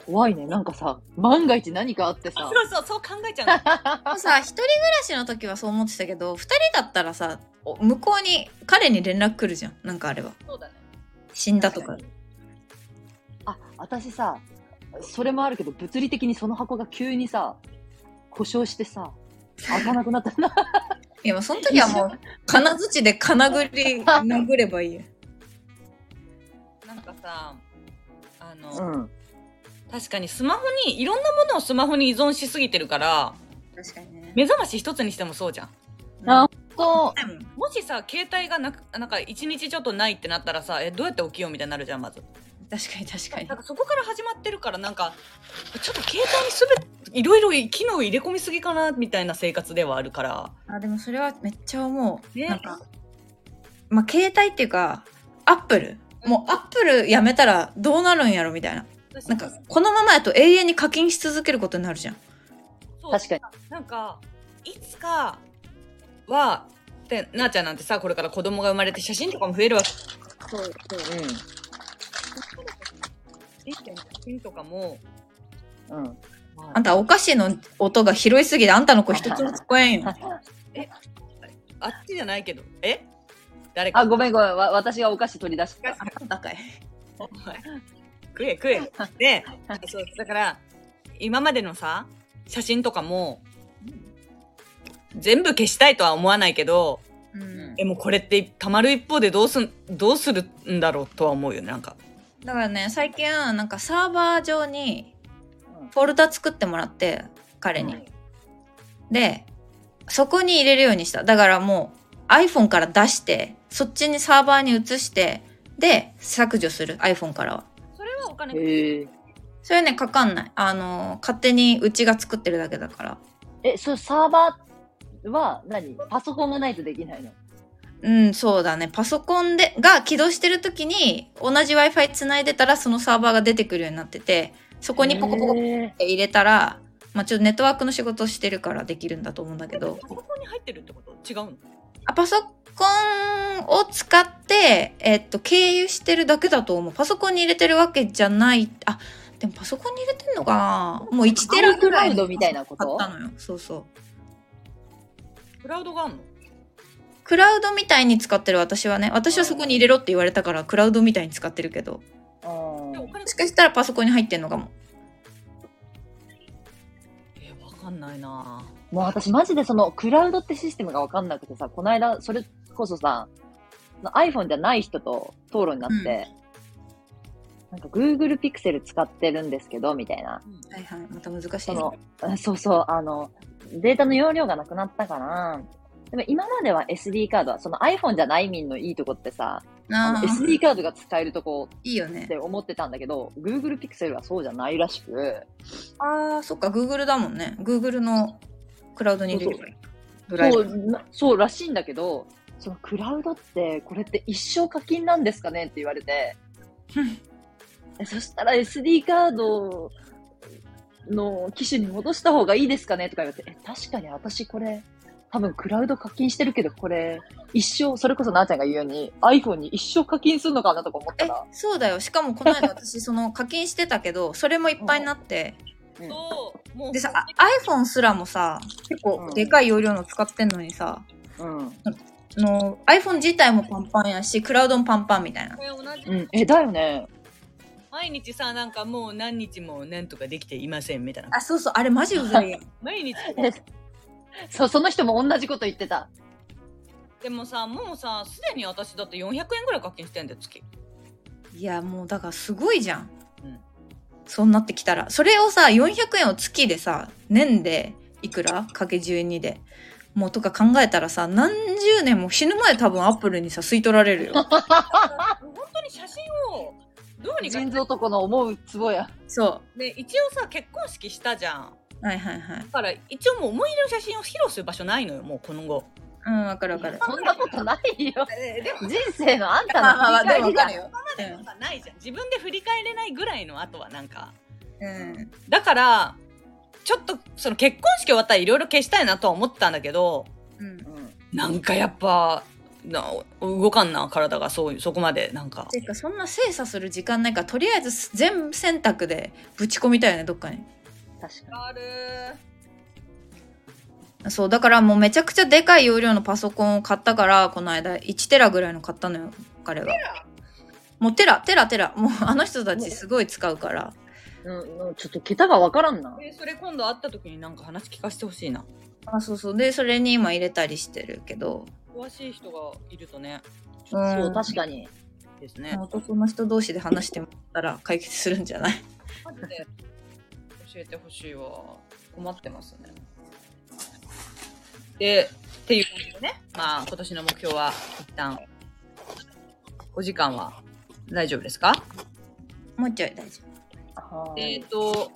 怖いね。なんかさ、万が一何かあってさ。 そうそう、そう考えちゃうの。 もうさ、一人暮らしの時はそう思ってたけど、二人だったらさ、お向こうに、彼に連絡来るじゃん。なんかあれば。 そうだね。 死んだとか。 あ、私さ、それもあるけど、物理的にその箱が急にさ、故障してさ、開かなくなったな。 いや、もうその時はもう、金槌で金繰り殴ればいいよ。 なんかさ、あの、 うん。 確かにスマホに、いろんなものをスマホに依存しすぎてるから、 確かにね。 目覚まし一つにしてもそうじゃん。 あ、そもしさ、携帯がなく、なんか一日ちょっとないってなったらさ、え、どうやって起きようみたいになるじゃん、まず。 確かに確かになん。かそこから始まってるから、なんか、ちょっと携帯にすべて、いろいろ機能入れ込みすぎかな、みたいな生活ではあるから。 あ、でもそれはめっちゃ思う。 ねなんか、まあ、携帯っていうか、アップル。もうアップルやめたらどうなるんやろみたいな。なんか、このままやと永遠に課金し続けることになるじゃん。 そう確かに。 なんか、いつかは、で、なあちゃんなんてさ、これから子供が生まれて写真とかも増えるわけ。そう、そう。写真とかも、 うん。うん。 まあんたお菓子の音が拾いすぎてあんたの子一つも聞こえんよ。 あっちじゃないけど。え誰か。 あ、ごめんごめん。わ私がお菓子取り出した。 あんたかい。 お前食え食え。で、そうだから今までのさ写真とかも全部消したいとは思わないけど、 うん、 えもうこれってたまる一方でどうすんどうするんだろうとは思うよねなんか。 だからね最近なんかサーバー上にフォルダ作ってもらって彼に、うん、でそこに入れるようにした。だからもう iPhone から出してそっちにサーバーに移してで削除する iPhone からは。 それはお金かかる。 それねかかんない。あの勝手にうちが作ってるだけだから。 え、それサーバーは何？パソコンがないとできないの？ うん、そうだね。パソコンでが起動してる時に同じ Wi-Fi つないでたらそのサーバーが出てくるようになってて、そこにポコポコって入れたら、まあちょっとネットワークの仕事をしてるからできるんだと思うんだけど。 パソコンに入ってるってこと？違うの？ あ、パソコンを使ってえっと経由してるだけだと思う。パソコンに入れてるわけじゃない。あ、でもパソコンに入れてんのかな？もういちテラぐらいクラウドみたいなこと？ 買ったのよ。そうそう。 クラウドがあんの？ クラウドみたいに使ってる私はね。私はそこに入れろって言われたからクラウドみたいに使ってるけど。もしかしたらパソコンに入ってんのかも。 えー、わかんないな。 もう私マジでそのクラウドってシステムがわかんなくてさ、この間それこそさ、iPhone じゃない人と討論になって、うん、なんか Google Pixel 使ってるんですけどみたいな。 はいはい、また難しい、ね。 そのそうそうあのデータの容量がなくなったから。でも今までは エスディー カードはその iPhone じゃない民のいいとこってさ、あの エスディー カードが使えるとこいいよねって思ってたんだけど、Google Pixel はそうじゃないらしく。 ああ、そっか Google だもんね。Google のクラウドに入れればいい。 そうそうそうらしいんだけど、そのクラウドってこれって一生課金なんですかねって言われてそしたら エスディー カードの機種に戻した方がいいですかねとか言われて、え確かに私これ多分クラウド課金してるけど、これ一生、それこそなーちゃんが言うように iPhone に一生課金するのかなとか思ったら。 え、そうだよ。しかもこの間私その課金してたけど、それもいっぱいになって。 うん、そうもうでさ、iPhone すらもさ、結構でかい容量の使ってんのにさ、うん、の iPhone 自体もパンパンやし、クラウドもパンパンみたいな。 うん、え、だよね。 毎日さ、なんかもう何日もなんとかできていませんみたいな。 あ、そうそう、あれマジうざいやん。 毎日。 そう、その人も同じこと言ってた。 でもさ、もうさ、すでに私だってよんひゃくえんぐらい課金してんだよ、月。 いや、もうだからすごいじゃん。うん。そうなってきたら。それをさ、よんひゃくえんを月でさ、年でいくらかけじゅうにで。もうとか考えたらさ、何十年も死ぬまで多分アップルにさ、吸い取られるよ。 本当に写真を、どうにか。 人造男の思うツボや。 そう。 で、一応さ、結婚式したじゃん。 はいはいはい。 だから一応もう思い出の写真を披露する場所ないのよ、もうこの後。 うん、わかるわかる。 そんなことないよ。人生のあんたの振り返りだよ。 今までのがないじゃん。自分で振り返れないぐらいの後はなんか。 うん。 だから、ちょっとその結婚式終わったらいろいろ消したいなとは思ったんだけど、うん、なんかやっぱな動かんな体がそういうそこまでなんか。 てかそんな精査する時間ないからとりあえず全選択でぶち込みたいよねどっかに。 確かあるそうだからもうめちゃくちゃでかい容量のパソコンを買ったからこの間いちテラぐらいの買ったのよ彼が。もうテラテラテラもうあの人たちすごい使うから。 に。うん、ちょっと桁がわからんな。 えそれ今度会った時になんか話聞かせてほしいな。 あそうそうでそれに今入れたりしてるけど。 詳しい人がいるとね。 うんそう、確かに。 ですね。 男の人同士で話してもらったら解決するんじゃない？ マジで教えてほしいわ。困ってますね。で、っていう感じでね、まあ今年の目標は一旦お時間は大丈夫ですか？ もうちょい大丈はえっ、 い。 と、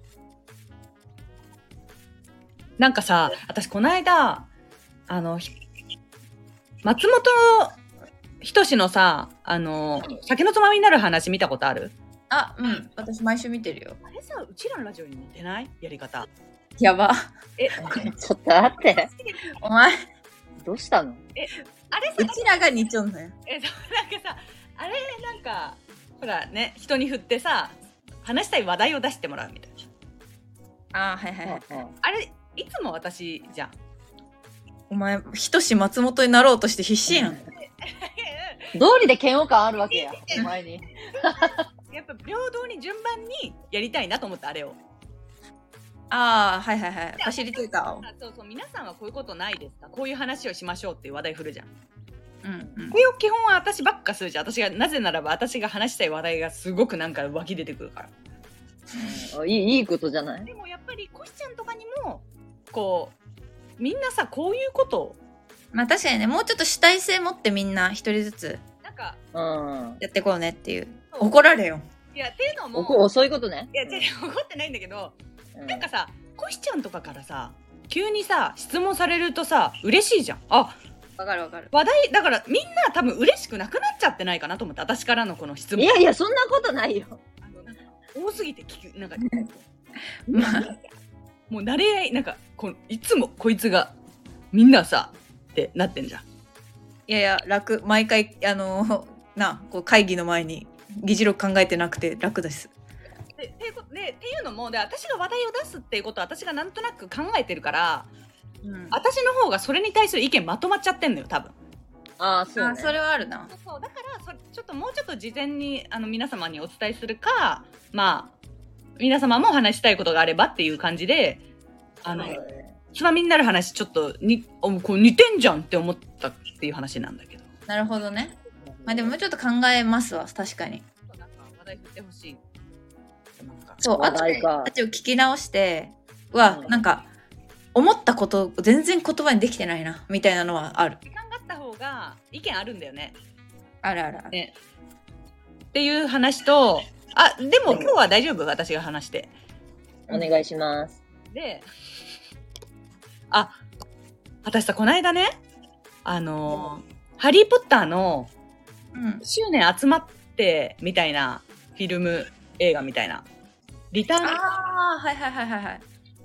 なんかさ、私この間、あの、ひ松本人志のさ、あの、酒のつまみになる話見たことある？ 夫。あうん私毎週見てるよ。 あれさ、うちらのラジオに似てない？やり方。 やば。 え、 ちょっと待って。 お前どうしたの？ あれさう、ちらが似ちょんだよ。 え、そうなんかさ、あれなんか、ほらね、人に振ってさ、話したい話題を出してもらうみたいな。 あはいはいはい。 あれ、いつも私じゃん。 お前ひとし松本になろうとして必死やん。 道理で嫌悪感あるわけや、お前に。 やっぱ平等に順番にやりたいなと思ったあれを。 ああはいはいはい。ファシリテーターを。 あそうそう、皆さんはこういうことないですか？こういう話をしましょうっていう話題振るじゃん。 うんうんこ。れを基本は私ばっかするじゃん。私が、なぜならば私が話したい話題がすごくなんか湧き出てくるから。 あいい、いいことじゃない？ でもやっぱりコシちゃんとかにも、こう、みんなさ、こういうことを、 まあ確かにねもうちょっと主体性持ってみんな一人ずつなんか、 うん。 やってこうねっていう。 そう怒られよ。 いや、っていうのも、 おこ、そういうことね。 いや、違う違う、怒ってないんだけど、 うんなんかさ、コシちゃんとかからさ、急にさ、質問されるとさ、嬉しいじゃん。あ、 わかるわかる。 話題、だからみんな多分嬉しくなくなっちゃってないかなと思って、私からのこの質問。 いやいや、そんなことないよ。 あのなんか多すぎて聞く、なんか、 まあもう慣れ合い、なんか、このいつもこいつが、みんなさ、ってなってんじゃん。 いやいや楽毎回あのなこう会議の前に議事録考えてなくて楽です。 でっていうことでっていうのもで私が話題を出すっていうことは私がなんとなく考えてるから、 うん、 私の方がそれに対する意見まとまっちゃってんのよ多分。 ああ、そう、ね。 あそれはあるな。 そうそうだからそちょっともうちょっと事前にあの皆様にお伝えするか、まあ皆様も話したいことがあればっていう感じで、あのつまみになる話ちょっとにおこう似てんじゃんって思ったっていう話なんだけど。 なるほどね。まあでももうちょっと考えますわ確かに。 なんか話題振ってほしい。なんかそうあ話っち題かあっちを聞き直しては、 うんなんか思ったこと全然言葉にできてないなみたいなのはある。 時間があった方が意見あるんだよね。 あるあるある。 ね。っていう話と、あ、でも今日は大丈夫私が話して。 お願いします。 で、あ、私さ、この間ね、あのー、ハリー・ポッターのうん。 執念集まってみたいなフィルム映画みたいな。リターン、 ああはいはいはいはいはい。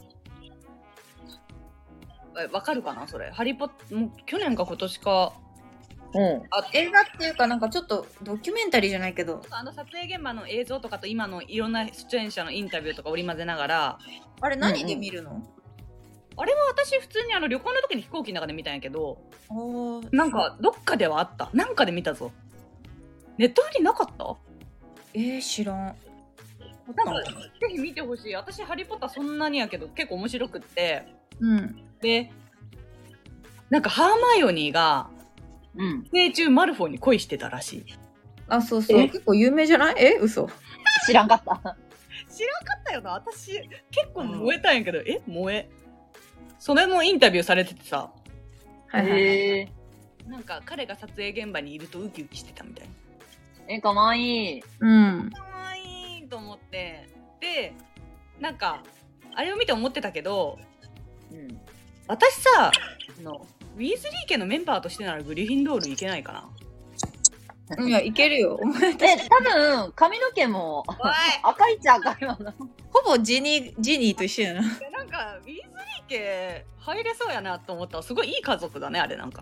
えわかるかなそれ。ハリー・ポッター、もう去年か今年か。 うん。 あ映画っていうかなんかちょっとドキュメンタリーじゃないけど。 あの撮影現場の映像とかと今のいろんな出演者のインタビューとか織り交ぜながら、 あれ何で見るの？ あれは私普通にあの旅行の時に飛行機の中で見たんやけど、 おーなんかどっかではあった。なんかで見たぞ。ネットフリなかった？ えー、知らん。 なんかぜひ見てほしい。私ハリーポッターそんなにやけど結構面白くって、 うん。 で、なんかハーマイオニーがうん。 寄生虫マルフォーに恋してたらしい。 あ、そうそう。 え結構有名じゃない？え、嘘。 知らんかった。 知らんかったよな。私結構燃えたんやけど、え燃え。それもインタビューされててさ、 はいはい。 へえ。 なんか彼が撮影現場にいるとウキウキしてたみたいな。 え、かわいい。 うん。 かわいいと思って、でなんかあれを見て思ってたけど、 うん。 私さあのウィーズリー家のメンバーとしてならグリフィンドールいけないかな。 いや、いけるよ。お前、 え、多分、髪の毛もおい赤いっちゃ赤いわな。 ほぼジニー、ジニーと一緒やな。 なんかウィーズリー家入れそうやなと思ったらすごいいい家族だねあれなんか。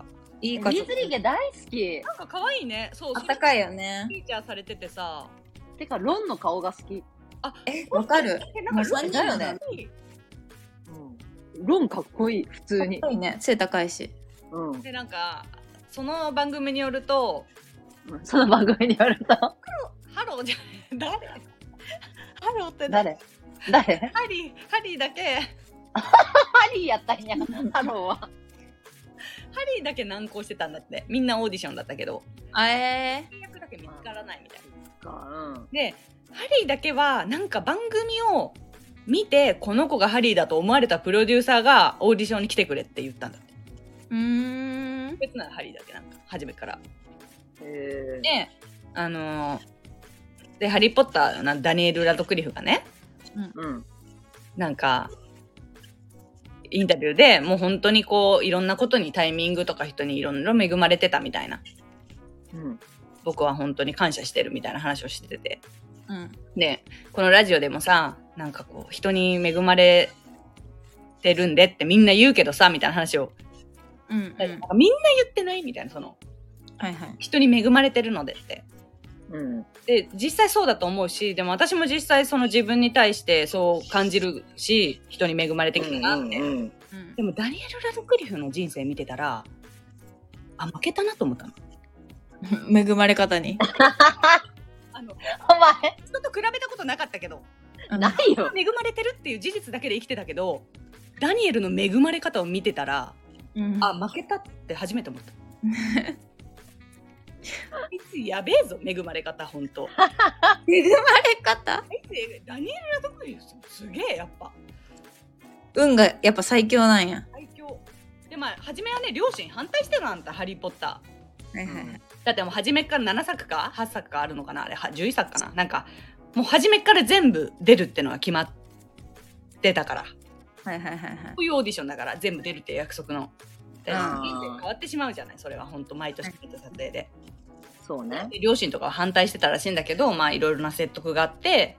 いい家族。 水着大好き。 なんか可愛いね。そう、 あったかいよね。 フィーチャーされててさ。 てか、ロンの顔が好き。 あ、 え、わかる。 え、なんかもう三人だよね。うん。ロンかっこいい、普通に。 かっこいいね。背高いし。 うん。 で、なんか、その番組によると、 その番組によると。 ハローじゃない、誰ハローって誰誰ハリー、ハリーだけ、 ハリーやったんや、ハローは。 ハリーだけ難航してたんだって。みんなオーディションだったけど、 あえ契約だけ見つからないみたいな。 うん。 で、ハリーだけは、なんか番組を見て、この子がハリーだと思われたプロデューサーがオーディションに来てくれって言ったんだって。 ー。うーん。 別なハリーだけなんか、初めから。 へで、あのーで、ハリー・ポッターのダニエル・ラドクリフがね、 うん。 なんか、インタビューでもう本当にこう、いろんなことにタイミングとか人にいろいろ恵まれてたみたいな。 うん。 僕は本当に感謝してるみたいな話をしてて。 うん。 で、このラジオでもさ、なんかこう、人に恵まれてるんでってみんな言うけどさ、みたいな話を。 うん。うん。 なんかみんな言ってないみたいな、その、 はいはい。 人に恵まれてるのでって。 うん。 で、実際そうだと思うし、でも私も実際その自分に対してそう感じるし、人に恵まれてきたなって。 うん。 うん。 でもダニエル・ラドクリフの人生見てたら、あ、負けたなと思ったの。 恵まれ方に。 あの、 お前、 人と比べたことなかったけど、 ないよ。 恵まれてるっていう事実だけで生きてたけど、ダニエルの恵まれ方を見てたら、 うん。 あ、負けたって初めて思った。あいつやべえぞ、恵まれ方、ほんと。 恵まれ方あいつ、ダニエル・ラドクリフすげえ、やっぱ。 運がやっぱ最強なんや。 最強。で、まあ、初めはね、両親反対してたんだ、ハリー・ポッター。 はいはいはい。 だってもう初めからななさくかはっさくかあるのかな、あれはじゅういっさくかな、なんかもう初めから全部出るってのは決まってたから、 はいはいはいはい。 こういうオーディションだから全部出るっていう約束のであー人生変わってしまうじゃない、それは本当毎年毎年撮影で。 そうね。 で両親とかは反対してたらしいんだけど、まあいろいろな説得があって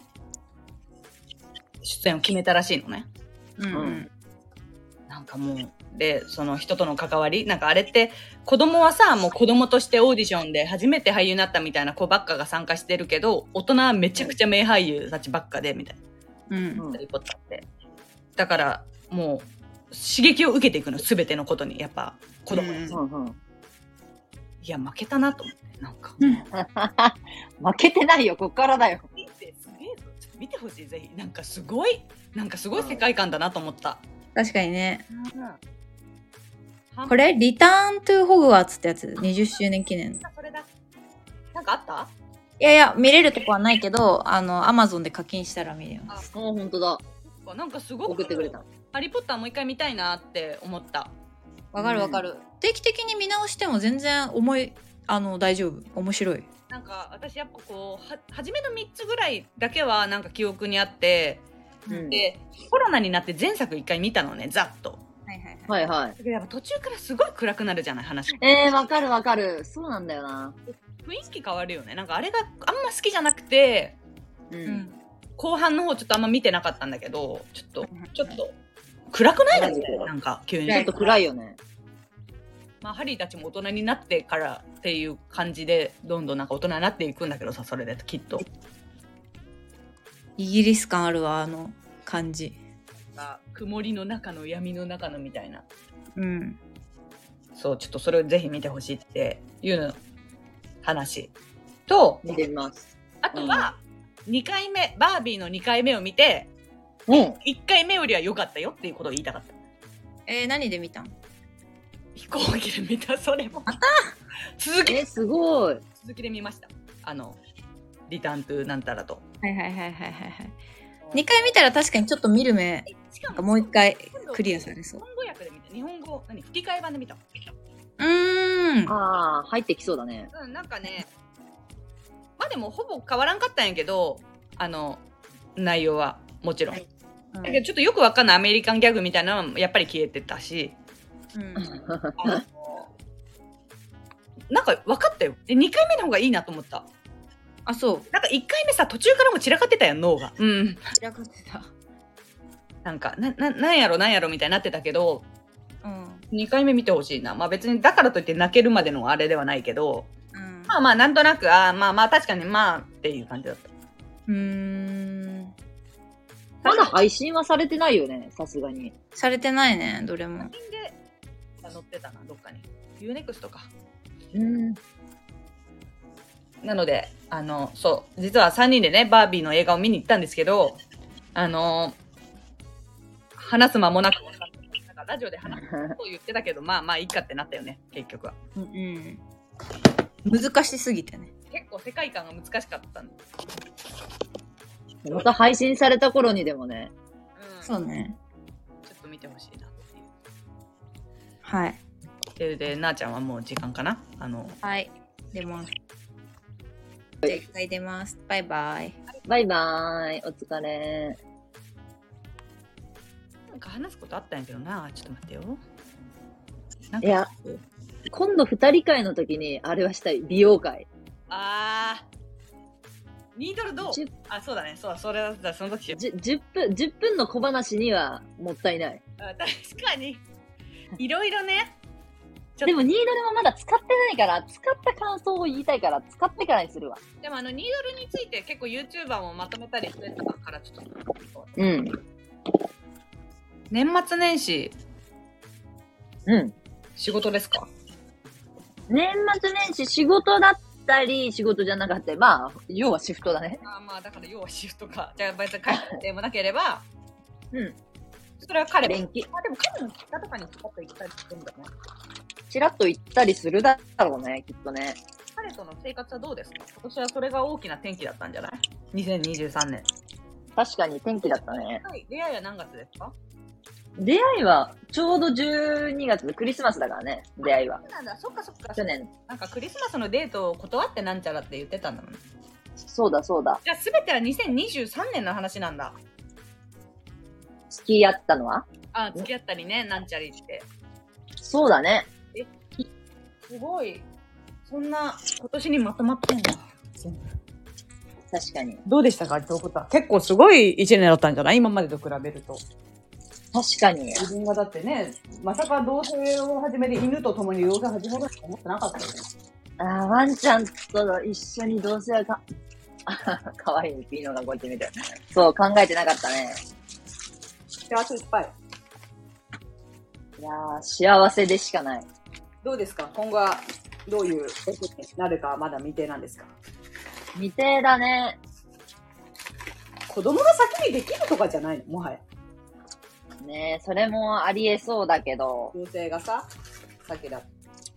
出演を決めたらしいのね。 うんうん。 なんかもうでその人との関わり、なんかあれって子供はさ、もう子供としてオーディションで初めて俳優になったみたいな子ばっかが参加してるけど、大人はめちゃくちゃ名俳優たちばっかでみたいな、 うん。 ハリー・ポッターって。だからもう刺激を受けていくの、全てのことに。やっぱ子供に、 うんうんうん。 いや負けたなと思って、なんか負けてないよ、こっからだよ。 見てすげえぞ、ちょっと見てほしい、ぜひ。なんかすごいなんかすごい世界観だなと思った。 確かにね。 うん、 これリターントゥホグワーツってやつ、にじゅっしゅうねん記念。 それだ。なんかあった？ いやいや、見れるとこはないけど、あの、アマゾンで課金したら見れます。 あ、ほんとだ。 なんかすごく送ってくれた。 ハリー・ポッターもう一回見たいなって思った。 わかるわかる。定期的に見直しても全然重い、あの、大丈夫。面白い。 なんか私やっぱこうは初めのみっつぐらいだけはなんか記憶にあって、 うんでコロナになって前作一回見たのね、ざっと。 はいはいはい。 はいはい。 だけどやっぱ途中からすごい暗くなるじゃない、話。 えー、わかるわかる。そうなんだよな。 雰囲気変わるよね。なんかあれがあんま好きじゃなくて、 う。 うんん。 後半の方ちょっとあんま見てなかったんだけど、ちょっとうんちょっと暗くないだってマジでなんか急に。 ちょっと暗いよね。 まあハリーたちも大人になってからっていう感じでどんどんなんか大人になっていくんだけどさ、それできっと。 イギリス感あるわ、あの感じ。 曇りの中の闇の中のみたいな。 うん。 そう、ちょっとそれをぜひ見てほしいっていうの話と、 見てみます。 あとはにかいめ、バービーのにかいめを見て、 うん。 いっかいめよりは良かったよっていうことを言いたかった。 えー、何で見たん？ 飛行機で見た、それも。続き、 え、すごい。 続きで見ました。あの、リターントゥなんたらと。 はいはいはいはいはいはい。にかい見たら確かにちょっと見る目、 しかなんかもういっかいクリアされそう。 日本語訳で見た。日本語、何吹き替え版で見た。 うーん。 ああ、入ってきそうだね。 うん、なんかね、まあでもほぼ変わらんかったんやけど、あの、内容はもちろん。 はいだけどちょっとよくわかんないアメリカンギャグみたいなのはやっぱり消えてたし、 うん。 あのなんか分かったよ。で、にかいめの方がいいなと思った。 あ、そう。 なんかいっかいめさ、途中からも散らかってたやん、脳が。うん。 散らかってた。 なんか、な、ななんやろなんやろみたいになってたけど、 うん。 にかいめ見てほしいな。まあ別にだからといって泣けるまでのあれではないけど、 うん。 まあまあなんとなく、ああまあまあ確かにまあっていう感じだった。 うーん。 まだ配信はされてないよね、さすがに。 されてないね、どれも。 配信で載ってたな、どっかに。ユーネクストか。 うん。 なので、あの、そう、実はさんにんでね、バービーの映画を見に行ったんですけど、あの、話す間もなく、なんかラジオで話すことを言ってたけど、まあまあいいかってなったよね、結局は。 うん。難しすぎてね。 結構世界観が難しかったんで。 また配信された頃にでもね。 うん、 そうね。 ちょっと見てほしいなっていう。 はい。 で、で、なあちゃんはもう時間かなあの。 はい。出ます。じゃあ一回出ます。バイバイ。 バイバーイ。お疲れ。 なんか話すことあったんやけどな。ちょっと待ってよ。なんかいや、今度二人会の時に、あれはしたい。美容会。 あー。ニードルどうじゅあ、そうだね。そう、それだったらその時しよう。 じゅじゅっぷん、じゅっぷんの小話にはもったいない。 あ、確かに。いろいろね。ちょっとでもニードルもまだ使ってないから、使った感想を言いたいから、使ってからにするわ。 でもあの、ニードルについて結構 YouTuber もまとめたりしてたからちょっと。 うん。 年末年始、 うん。 仕事ですか？ 年末年始仕事だったり、仕事じゃなかったり、まあ、要はシフトだね。 ああ、まあだから要はシフトか。じゃあ別に帰ってもなければ、 うん。 それは彼連休。 まあでも彼の実家とかにちょっと行ったりするんだね。 チラッと行ったりするだろうね、きっとね。 彼との生活はどうですか？今年はそれが大きな転機だったんじゃない？ にせんにじゅうさん 年。 確かに天気だったね。 はい。出会いは何月ですか？ 出会いは、ちょうどじゅうにがつでクリスマスだからね、出会いは。 そうなんだ。そっかそっか。 去年。 なんかクリスマスのデートを断ってなんちゃらって言ってたんだもんね。 そうだそうだ。 じゃあ全てはにせんにじゅうさんねんの話なんだ。 付き合ったのはあ、付き合ったりね、なんちゃりって。 そうだね。 すごい。そんな今年にまとまってんだ。 確かに。 どうでしたかってことは。結構すごい一年だったんじゃない？今までと比べると。 確かに。 自分がだってね、まさか同棲を始めて犬と共に同棲を始めると思ってなかったよね。 あー、ワンちゃんと一緒に同棲はか、かわいいピーノがこうやって見てる。そう、考えてなかったね。 幸せいっぱい。 いやー、幸せでしかない。 どうですか？今後はどういうことになるかまだ未定なんですか？ 未定だね。 子供が先にできるとかじゃないの？もはや。 ねえ、それもありえそうだけど。 同性がさ、先だ。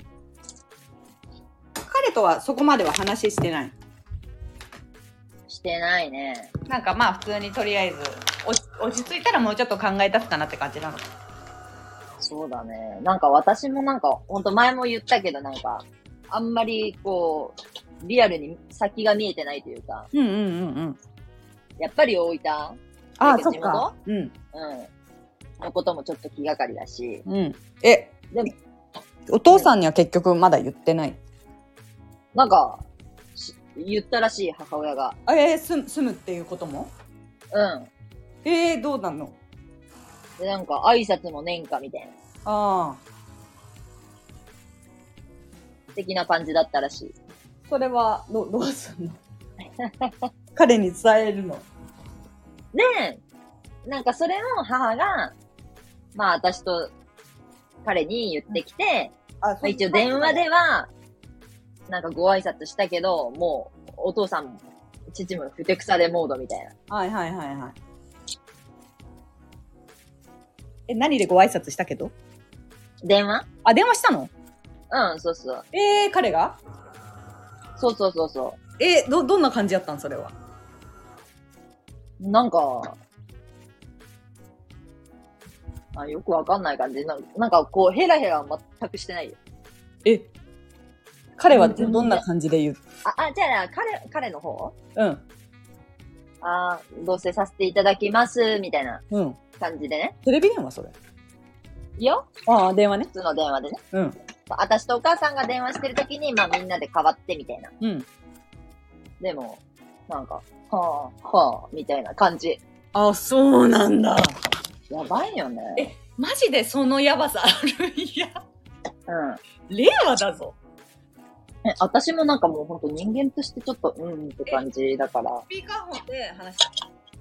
彼とはそこまでは話してない。 してないね。 なんかまあ普通にとりあえず落ち、落ち着いたらもうちょっと考え出すかなって感じなの。 そうだね。なんか私もなんか、ほんと前も言ったけどなんか、あんまりこう、リアルに先が見えてないというか。 うんうんうんうん。 やっぱり大分ああ、そっ地元か。うん。 うん。のこともちょっと気がかりだし。 うん。え、 でも、 お父さんには結局まだ言ってない。 なんか、言ったらしい、母親が。 えー、住住むっていうことも？ うん。 えー、どうなんの？ で、なんか、挨拶も年かみたいな。 ああ。 的な感じだったらしい。 それは、ど、どうすんの？彼に伝えるの？ で、なんかそれも母が、まあ私と彼に言ってきて、 あ、 まあ、一応電話では、なんかご挨拶したけど、もうお父さんも父もふてくされモードみたいな。 はいはいはいはい。え、何でご挨拶したけど？ 電話？ あ、電話したの？ うん、そうそう。 えー、彼が？ そうそうそうそえー、ど、どんな感じやったんそれは。 う。なんか、あ、よくわかんない感じ。なんなんかこう、ヘラヘラは全くしてないよ。 え、彼はどんな感じで言う？ あ、あ、じゃあ、彼、彼の方うん。 あ、同棲させていただきます、みたいなうん。 感じでね。 テレビ電話それ？ いや、 ああ、電話ね。 普通の電話でね。 うん。 私とお母さんが電話してるときに、まあみんなで変わってみたいな。 うん。 でも、なんか、はあ、はあ、みたいな感じ。 あ、そうなんだ。 やばいよね。 え、 マジでそのやばさあるんや。 うん。 令和だぞ。 え、私もなんかもうほんと人間としてちょっと、うんって感じだから。 スピーカーフォンで話した。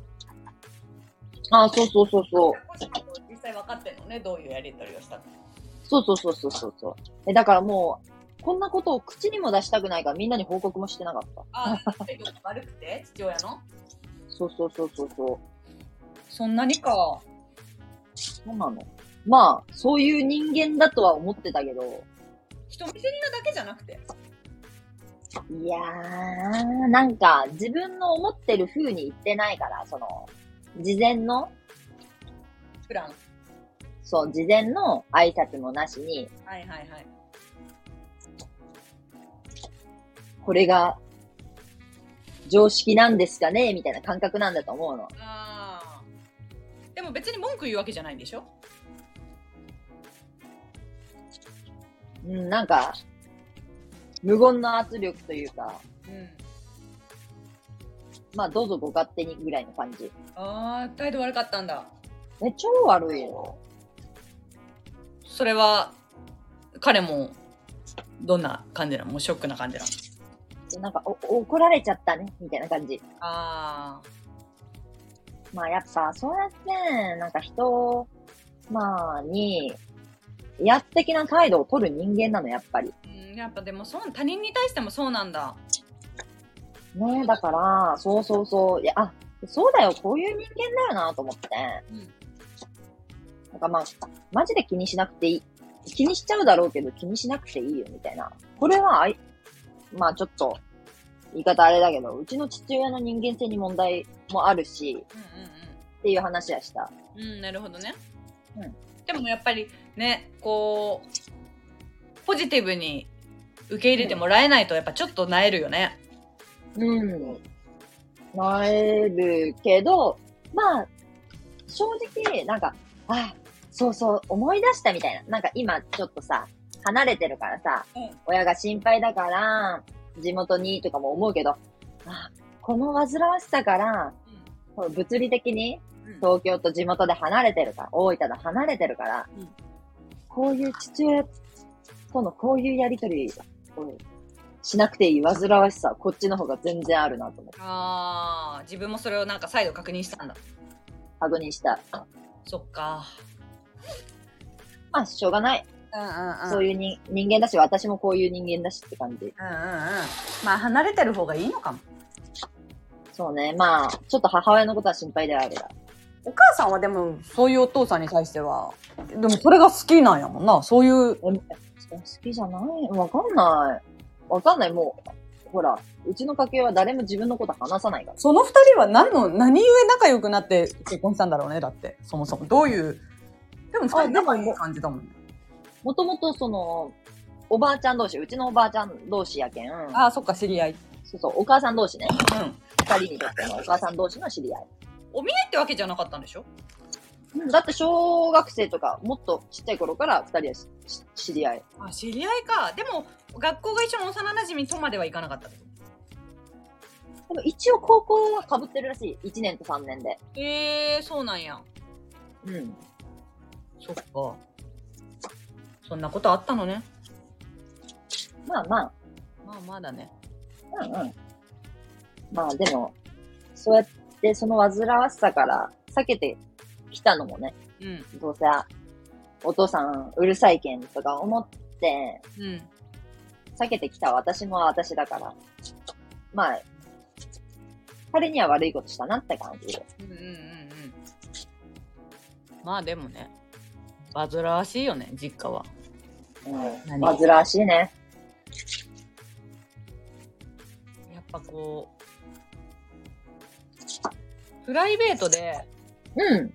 あ、そうそうそうそう。 実際分かってんのね、どういうやりとりをしたの。 そうそうそうそうそうそう。え、だからもう、こんなことを口にも出したくないからみんなに報告もしてなかった。 あ、態度が悪くて父親のそうそうそうそうそう。 そんなにか。 そうなの。まあ、そういう人間だとは思ってたけど。 人見せ人なだけじゃなくて。 いやー、なんか、自分の思ってる風に言ってないから、その、事前の、 プラン。 そう、事前の挨拶もなしに、 はいはいはい。 これが、常識なんですかねみたいな感覚なんだと思うの。 ああ。でも別に文句言うわけじゃないんでしょ。 うん、なんか、無言の圧力というか、 うん。 まあ、どうぞご勝手にぐらいの感じ。 ああ、態度悪かったんだ。 え、超悪いよ。 それは、彼も、どんな感じなの？もうショックな感じなの？ なんか、お、怒られちゃったねみたいな感じ。 ああ。 まあ、やっぱ、そうやって、なんか人、まあ、に、威圧的な態度を取る人間なの、やっぱり。 うん、やっぱでもそう、他人に対してもそうなんだ。 ねえ、だから、そうそうそう。いや、あ、そうだよ、こういう人間だよなと思って。 うん。 なんかまあ、マジで気にしなくていい。気にしちゃうだろうけど、気にしなくていいよ、みたいな。これは、あい、まあちょっと、言い方あれだけど、うちの父親の人間性に問題もあるし、 うんうんっていう話はした。 うん。うん、なるほどね。 うん。 でもやっぱりね、こう、ポジティブに受け入れてもらえないとやっぱちょっと萎えるよね。 うん。なえるけど、まあ、正直、なんか、あ、そうそう、思い出したみたいな。なんか今ちょっとさ、離れてるからさ、 うん親が心配だから、地元にとかも思うけど、あ、この煩わしさから、物理的にうん。 東京と地元で離れてるから、大分で離れてるから、 うんこういう父親とのこういうやりとりをしなくていい煩わしさ、こっちの方が全然あるなと思って、 ああ、自分もそれをなんか再度確認したんだ。 確認した。 そっか。 まあ、しょうがない。 うんうんうん。 そういうに人間だし、私もこういう人間だしって感じ。 うんうんうん。まあ離れてる方がいいのかも。 そうね。まあ、ちょっと母親のことは心配ではあるが。 お母さんはでもそういうお父さんに対しては、でもそれが好きなんやもんな。そういう。 え好きじゃないわかんない。わかんない。もう、ほら、うちの家系は誰も自分のこと話さないから。 その二人は何の、何故仲良くなって結婚したんだろうね。だって、そもそも。どういう。でも二人仲いい感じだもんね。 もともとその、おばあちゃん同士、うちのおばあちゃん同士やけん。 ああ、そっか、知り合い。 そうそう、お母さん同士ね。 うん。 二人にとってのお母さん同士の知り合い。 お見合いってわけじゃなかったんでしょ？ うんだって小学生とか、もっとちっちゃい頃から二人はしし知り合い。 あ、知り合いか。でも、学校が一緒の幼馴染とまではいかなかったってこでも一応高校は被ってるらしい。いちねんとさんねんで。 と？へえー、そうなんや。 うん。 そっか。そんなことあったのね。 まあまあ、 まあまあだね。 うんうん。まあでも、そうやってその煩わしさから避けてきたのもね、 うん。 どうせお父さんうるさいけんとか思ってうん。 避けてきた私も私だから、まあ、彼には悪いことしたなって感じで。 うんうんうんうん。まあでもね、煩わしいよね、実家は。 うん。 何煩わしいね。 やっぱこう、プライベートでうん。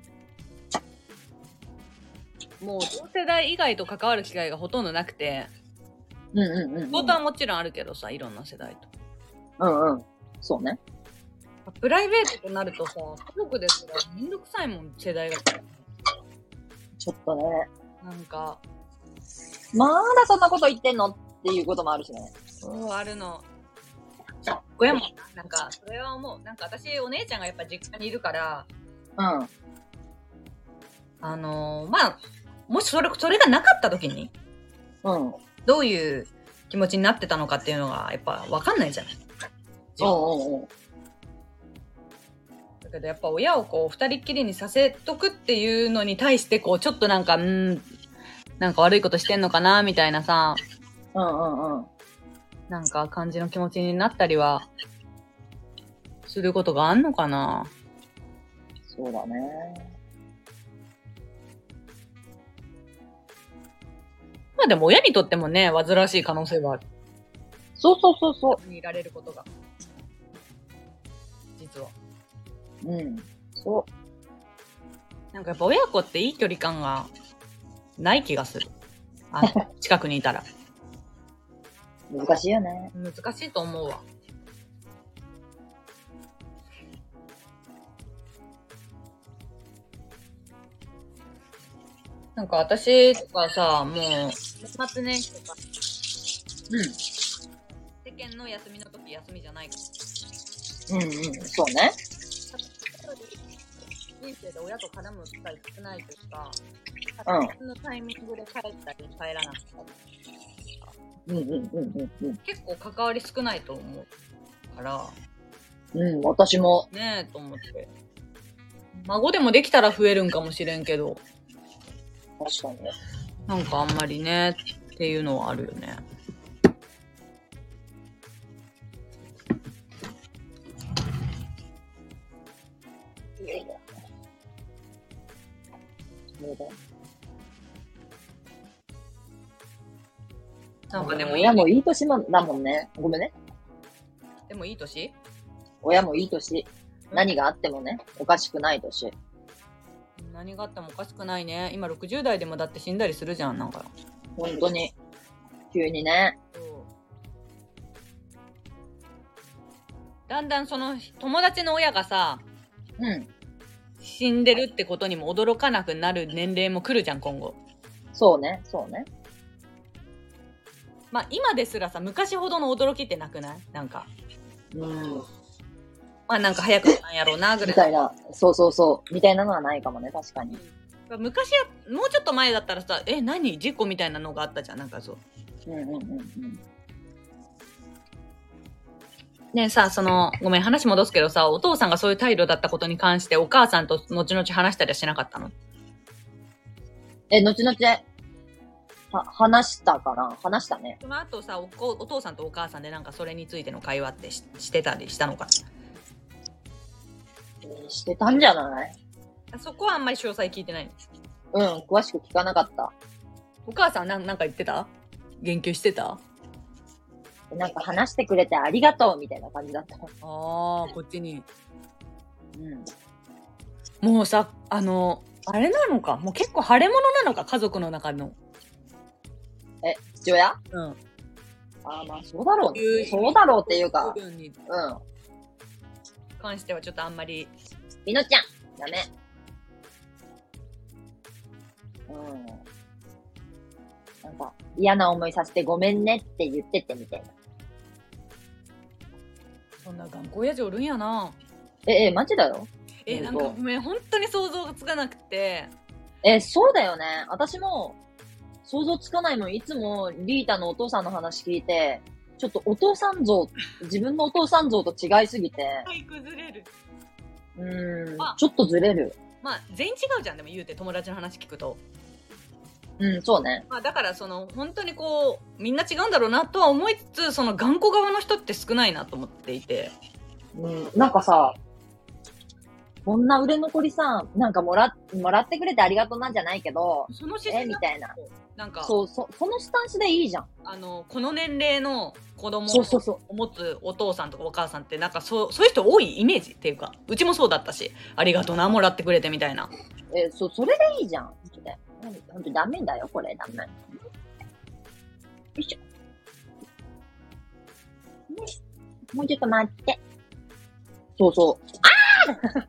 もう同世代以外と関わる機会がほとんどなくて、 うんうんうん、うん。 仕事はもちろんあるけどさ、いろんな世代と。 うんうん。そうね。 プライベートとなるとさ、家族ですらめんどくさいもん、世代が。 ちょっとね。 なんか、 まだそんなこと言ってんのっていうこともあるしね。 そうあるの。親もなんか、それは思う。なんか私、お姉ちゃんがやっぱ実家にいるから、 うん。 あのー、まあ、もしそれ、それがなかった時に、 うん。 どういう気持ちになってたのかっていうのが、やっぱ分かんないじゃない。 うんうんうん。 だけどやっぱ親をこう二人っきりにさせとくっていうのに対してこうちょっとなんかうーんなんか悪いことしてんのかなみたいなさ、 うんうんうん。 なんか感じの気持ちになったりはすることがあんのかな。 そうだね。 まあでも親にとってもね、煩わしい可能性はある。 そうそうそうそにいられることが実は。 う。うん。そなんかやっぱ親子っていい距離感がない気がする。あの近くにいたら。 う。難しいよね。 難しいと思うわ。なんか私とかさ、もう、年末年始とか、 うん。 世間の休みの時休みじゃないかうんうん。そうね。 人生で親と絡む機会少ないというか、 うん自分のタイミングで帰ったり帰らなかったり、 うんうんうんうん結構関わり少ないと思うから、 うん。うん、私も。 ねえと思って。孫でもできたら増えるんかもしれんけど、 確かに。 なんかあんまりねっていうのはあるよね。 いやいや。そうだよ。 なんかでもいい、 親もいい年もだもんね。ごめんね。 でもいい年？ 親もいい年。何があってもね、おかしくない年。 何があってもおかしくないね。今ろくじゅう代でもだって死んだりするじゃん、なんか。 本当に。急にね。 だんだんその友達の親がさ、 うん。 死んでるってことにも驚かなくなる年齢も来るじゃん、今後。 そうね、そうね。 まあ今ですらさ、昔ほどの驚きってなくない？なんか。 うん。 まあなんか早くなんやろうな、ぐらい。 みたいな。そうそうそう。みたいなのはないかもね、確かに。 昔は、もうちょっと前だったらさ、え、何事故みたいなのがあったじゃん、なんかそう。 うんうんうんうん。 ねえさ、その、ごめん、話戻すけどさ、お父さんがそういう態度だったことに関してお母さんと後々話したりはしなかったの？ え、後々、は、話したかな話したね。 その後さお、お父さんとお母さんでなんかそれについての会話ってし、してたりしたのかえーしてたんじゃない？ な？そこはあんまり詳細聞いてないんです。 うん、詳しく聞かなかった。 お母さんなんなんか言ってた？言及してた？ なんか話してくれてありがとうみたいな感じだった。 ああ、こっちに。 うん。 もうさ、あの、あれなのか、もう結構腫れ物なのか、家族の中の。 え、父親？ うん。 ああ、まあそうだろうねいう。 そうだろうっていうか部。分にうん。 関してはちょっとあんまり。 みのちゃんダメ。うん。なんか、嫌な思いさせてごめんねって言っててみたいな。 そんな頑固親父おるんやな。 え、え、マジだよ。 え、なんかごめん、本当に想像がつかなくて。 え、そうだよね。私も、想像つかないもん。いつも、リータのお父さんの話聞いて、ちょっとお父さん像、自分のお父さん像と違いすぎて、 はい、崩れる。 うーんあ、 ちょっとずれる。 まあ、全員違うじゃん、でも言うて、友達の話聞くと。 うん、そうね。 まあ、だから、その、本当にこう、みんな違うんだろうなとは思いつつ、その頑固側の人って少ないなと思っていて。 うん、なんかさ、こんな売れ残りさ、なんかもら、もらってくれてありがとうなんじゃないけど、 その姿勢え、みたいな。 なんか、 そう、そ、そのスタンスでいいじゃん。 あの、この年齢の子供そうそうそう。 を持つお父さんとかお母さんって、なんかそう、そういう人多いイメージっていうか、うちもそうだったし、ありがとうな、もらってくれてみたいな。 え、そ、それでいいじゃん。ほんとで。ほんとダメだよ、これ、ダメ。よいしょ。ね、もうちょっと待って。そうそう。あーみんな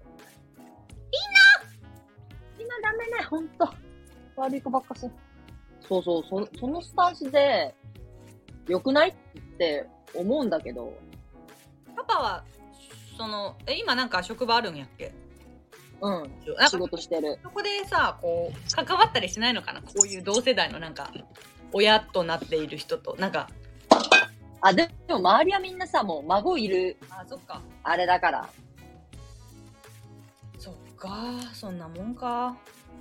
みんなダメね、ほんと。悪い子ばっかし。そうそう、そ、そのスタンスで、良くないって思うんだけど。 パパは、その、え、今なんか職場あるんやっけ？ うん。 なんか仕事してる。 そこでさ、こう、関わったりしないのかな、こういう同世代のなんか、親となっている人と、なんか。 あ、でも周りはみんなさ、もう孫いる、 あ、そっか。 あれだから。 そっか、そんなもんか。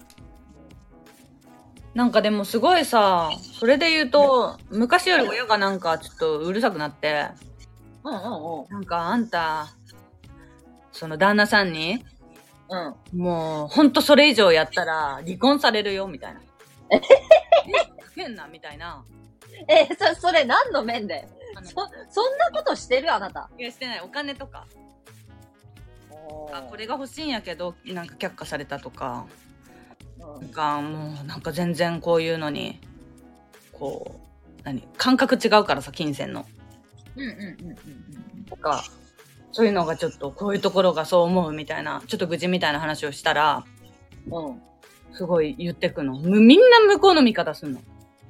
なんかでもすごいさ、それで言うと、昔より親がなんかちょっとうるさくなって、 うんうんうん。 なんかあんた、その旦那さんに、 うん。 もうほんとそれ以上やったら離婚されるよみたいな。え変なみたいな。 え、そ、それ何の面であのそ、そんなことしてるあなた。 いやしてない、お金とか。あ、 あこれが欲しいんやけど、なんか却下されたとか。 うんなんかもうなんか全然こういうのに、こう、何感覚違うからさ、金銭の。 うんうんうんうんうん。 とか、そういうのがちょっとこういうところがそう思うみたいな、ちょっと愚痴みたいな話をしたら、 うん。 すごい言ってくの。むみんな向こうの味方すんの。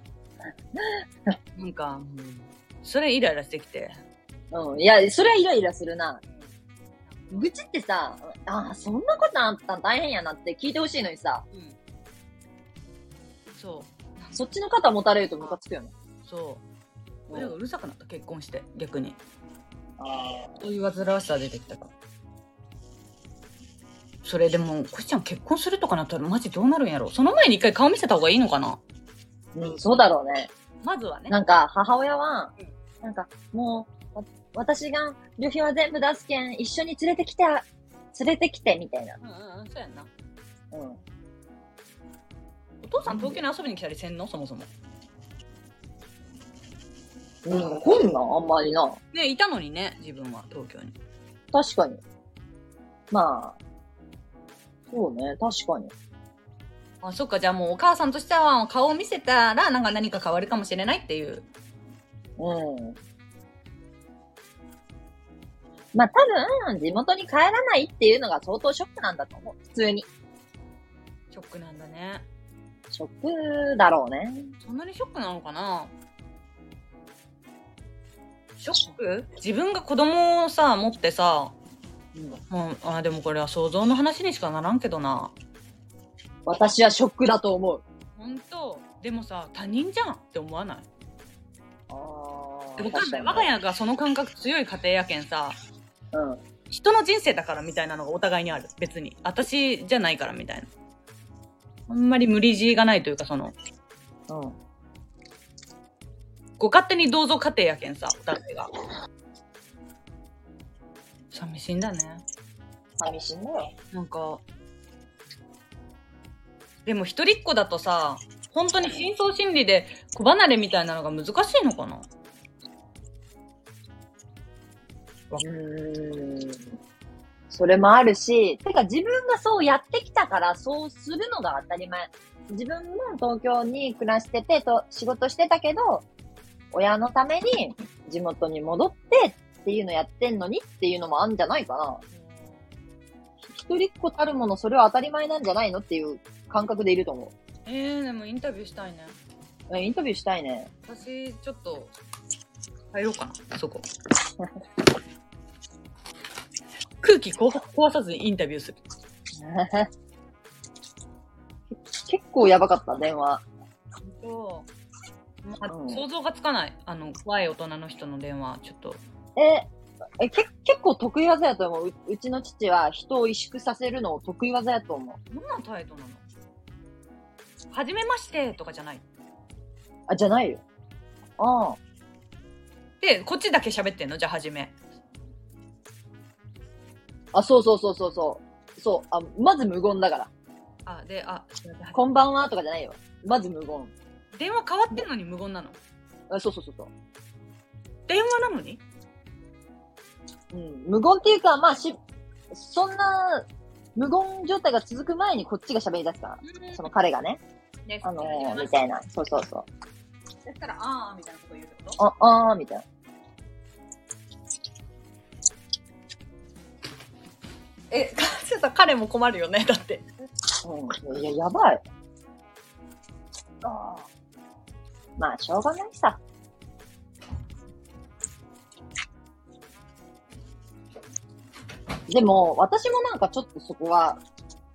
なんか、もうそれイライラしてきて。 うん。いや、それはイライラするな。愚痴ってさ、ああ、そんなことあったら大変やなって聞いてほしいのにさ、 うん。そそっちの肩持たれるとムカつくよね。 う。そう。親がうるさくなった、結婚して、逆に。 あそういう煩わしさ出てきたから。それでも、こいちゃん結婚するとかなったらマジどうなるんやろ。その前に一回顔見せた方がいいのかな。 うん、そうだろうね。 まずはね。 なんか、母親はうん、 なんか、もう、わ私が旅費は全部出すけん、一緒に連れてきて、連れてきて、みたいな。 うんうんうん、そうやんな。 うん。 お父さん東京に遊びに来たりせんの、そもそも。 うん、こんなんあんまりな。 ね、いたのにね、自分は東京に。 確かに。まあ、そうね、確かに。 あ、そっか、じゃあもうお母さんとしては顔を見せたら、なんか何か変わるかもしれないっていう。 うん。まあ多分、地元に帰らないっていうのが相当ショックなんだと思う。普通に。 ショックなんだね。 ショックだろうね。 そんなにショックなのかな。ショック？自分が子供をさ、持ってさ、 うん、 もう、あ、でもこれは想像の話にしかならんけどな。 私はショックだと思う。 ほんと。でもさ、他人じゃんって思わない？ あわかんない。我が家がその感覚強い家庭やけんさ、 うん。 人の人生だからみたいなのがお互いにある。別に。私じゃないからみたいな。あんまり無理強いがないというか、その、 うん。 ご勝手にどうぞ家庭やけんさ、お互いが。寂しいんだね。 寂しいんだよ。 なんか、でも一人っ子だとさ、本当に深層心理で子離れみたいなのが難しいのかな。 うーん。それもあるし、てか自分がそうやってきたからそうするのが当たり前。自分も東京に暮らしててと仕事してたけど、親のために地元に戻ってっていうのやってんのにっていうのもあるんじゃないかな。一人っ子たるものそれは当たり前なんじゃないのっていう感覚でいると思えー、でもインタビューしたいね。 う。インタビューしたいね。 私、ちょっと、入ろうかな、そこ。空気壊さ壊さずにインタビューする。 結構やばかった、電話。 そうまあうん想像がつかない。あの、怖い大人の人の電話、ちょっと。 え、え、け、結構得意技やと思う。う。うちの父は人を萎縮させるのを得意技やと思う。 どんな態度なの？はじめましてとかじゃない。 あ、じゃないよ。ああ。 で、こっちだけ喋ってんの？じゃあ、はじめ。 あ、そうそうそうそうそう。そう。あ、まず無言だから。 あ、で、あ、すいませんこんばんはとかじゃないよ。まず無言。 電話変わってんのに無言なの？ あ、そうそうそうそう。 電話なのに？ うん。無言っていうか、まあし、そんな、無言状態が続く前にこっちが喋り出すから。その彼がね。 ですあのー、みたいな。そうそうそう。 そしたら、あーみたいなこと言うってこと？ あ、あーみたいな。 え、さ彼も困るよね、だって。 うん。いや、やばい。ああ。まあ、しょうがないさ。でも、私もなんかちょっとそこは、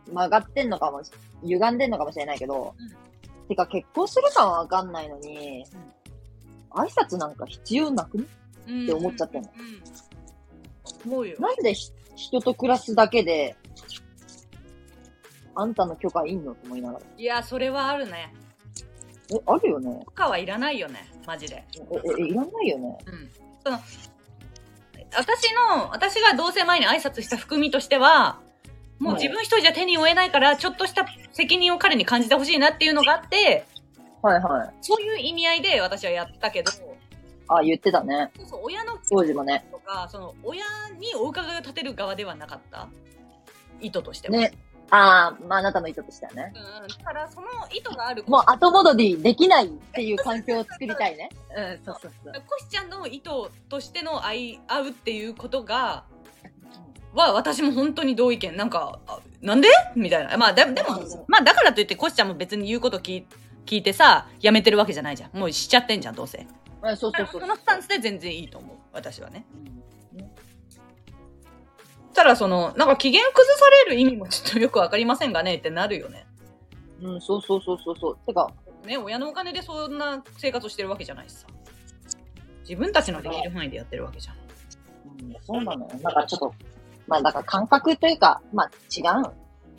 曲がってんのかもし、歪んでんのかもしれないけど、うん、てか結婚するかはわかんないのに、うん、挨拶なんか必要なくね、うん、って思っちゃってんの。うんうん思うよ。なんで人と暮らすだけで、あんたの許可いんのって思いながら。 いや、それはあるね。 え、あるよね。 許可はいらないよね、マジで。 え、え、いらないよね。 うん。その、私の、私が同棲前に挨拶した含みとしては、もう自分一人じゃ手に負えないから、ちょっとした責任を彼に感じてほしいなっていうのがあって、 はいはい。 そういう意味合いで私はやったけど、 あ、言ってたね。 そうそう、親の当時もね。 とか、その親にお伺いを立てる側ではなかった。意図としては。 ね。ああ、まああなたの意図としてはね。 うん、だからその意図がある。 もう後戻りできないっていう環境を作りたいね。うん、そうそうそう。 コシちゃんの意図としての相合うっていうことが、は私も本当に同意見。なんか、なんでみたいな。まあでも、まあだからといってコシちゃんも別に言うこと聞い、聞いてさ、やめてるわけじゃないじゃん。もうしちゃってんじゃん、どうせ。 そうそうそうそう。 そのスタンスで全然いいと思う。私はね。うん、ただその、なんか機嫌崩される意味もちょっとよくわかりませんがねってなるよね。 うん、そうそうそうそうそう。てか、 ね、親のお金でそんな生活をしてるわけじゃないしさ。自分たちのできる範囲でやってるわけじゃん。 うん、そうなのよ。なんかちょっと、まあだから感覚というか、まあ違う。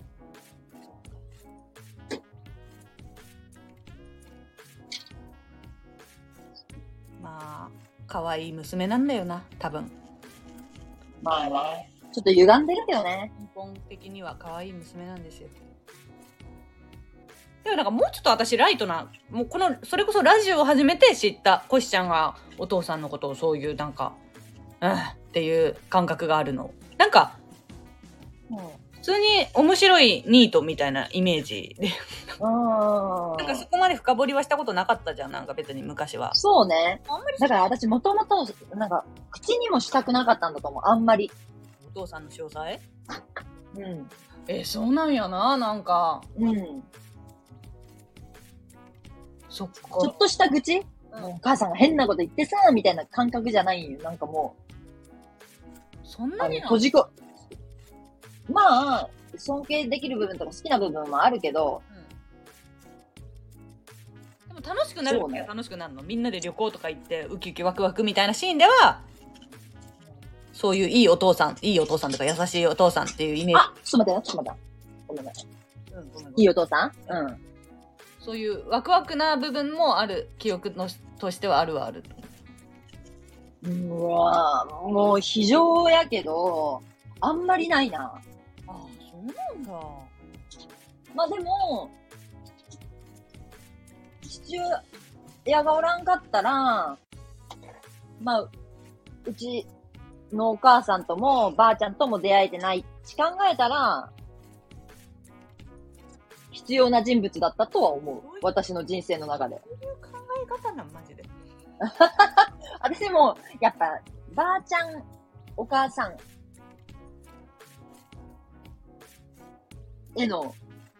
まあ、可愛い娘なんだよな、多分。 まあね。ちょっと歪んでるけどね。 根本的には可愛い娘なんですよ。でもなんかもうちょっと私ライトな、もうこの、それこそラジオを始めて知った、コシちゃんがお父さんのことをそういうなんか、うんっていう感覚があるの。なんか、もう普通に面白いニートみたいなイメージで。なんかそこまで深掘りはしたことなかったじゃん、なんか別に昔は。 そうね。だから私もともと、なんか、口にもしたくなかったんだと思う、あんまり。 お父さんの詳細？ うん。 え、そうなんやな、なんか。 うん。 そっか。ちょっとした愚痴、うん、お母さんが変なこと言ってさ、みたいな感覚じゃないよ。なんかもう。そんなに閉じこ、まあ、尊敬できる部分とか好きな部分もあるけど、 うん、でも楽しくなる時は楽しくなるの、ね、みんなで旅行とか行ってウキウキワクワクみたいなシーンではそういういいお父さんいいお父さんとか優しいお父さんっていうイメージ。 あ、ちょっと待ってよ、ちょっと待って。ごめんなさい、うん、ごめんごめん。いいお父さん、うん、 そういうワクワクな部分もある、記憶のとしてはあるはある。 うわぁ、もう非常やけど、あんまりないな。ああ、そうなんだ。 まあでも、父親がおらんかったら、まあ、うちのお母さんともばあちゃんとも出会えてないし考えたら、必要な人物だったとは思う。私の人生の中で。 そういう考え方なん、マジで。 私も、やっぱ、ばあちゃん、お母さんへの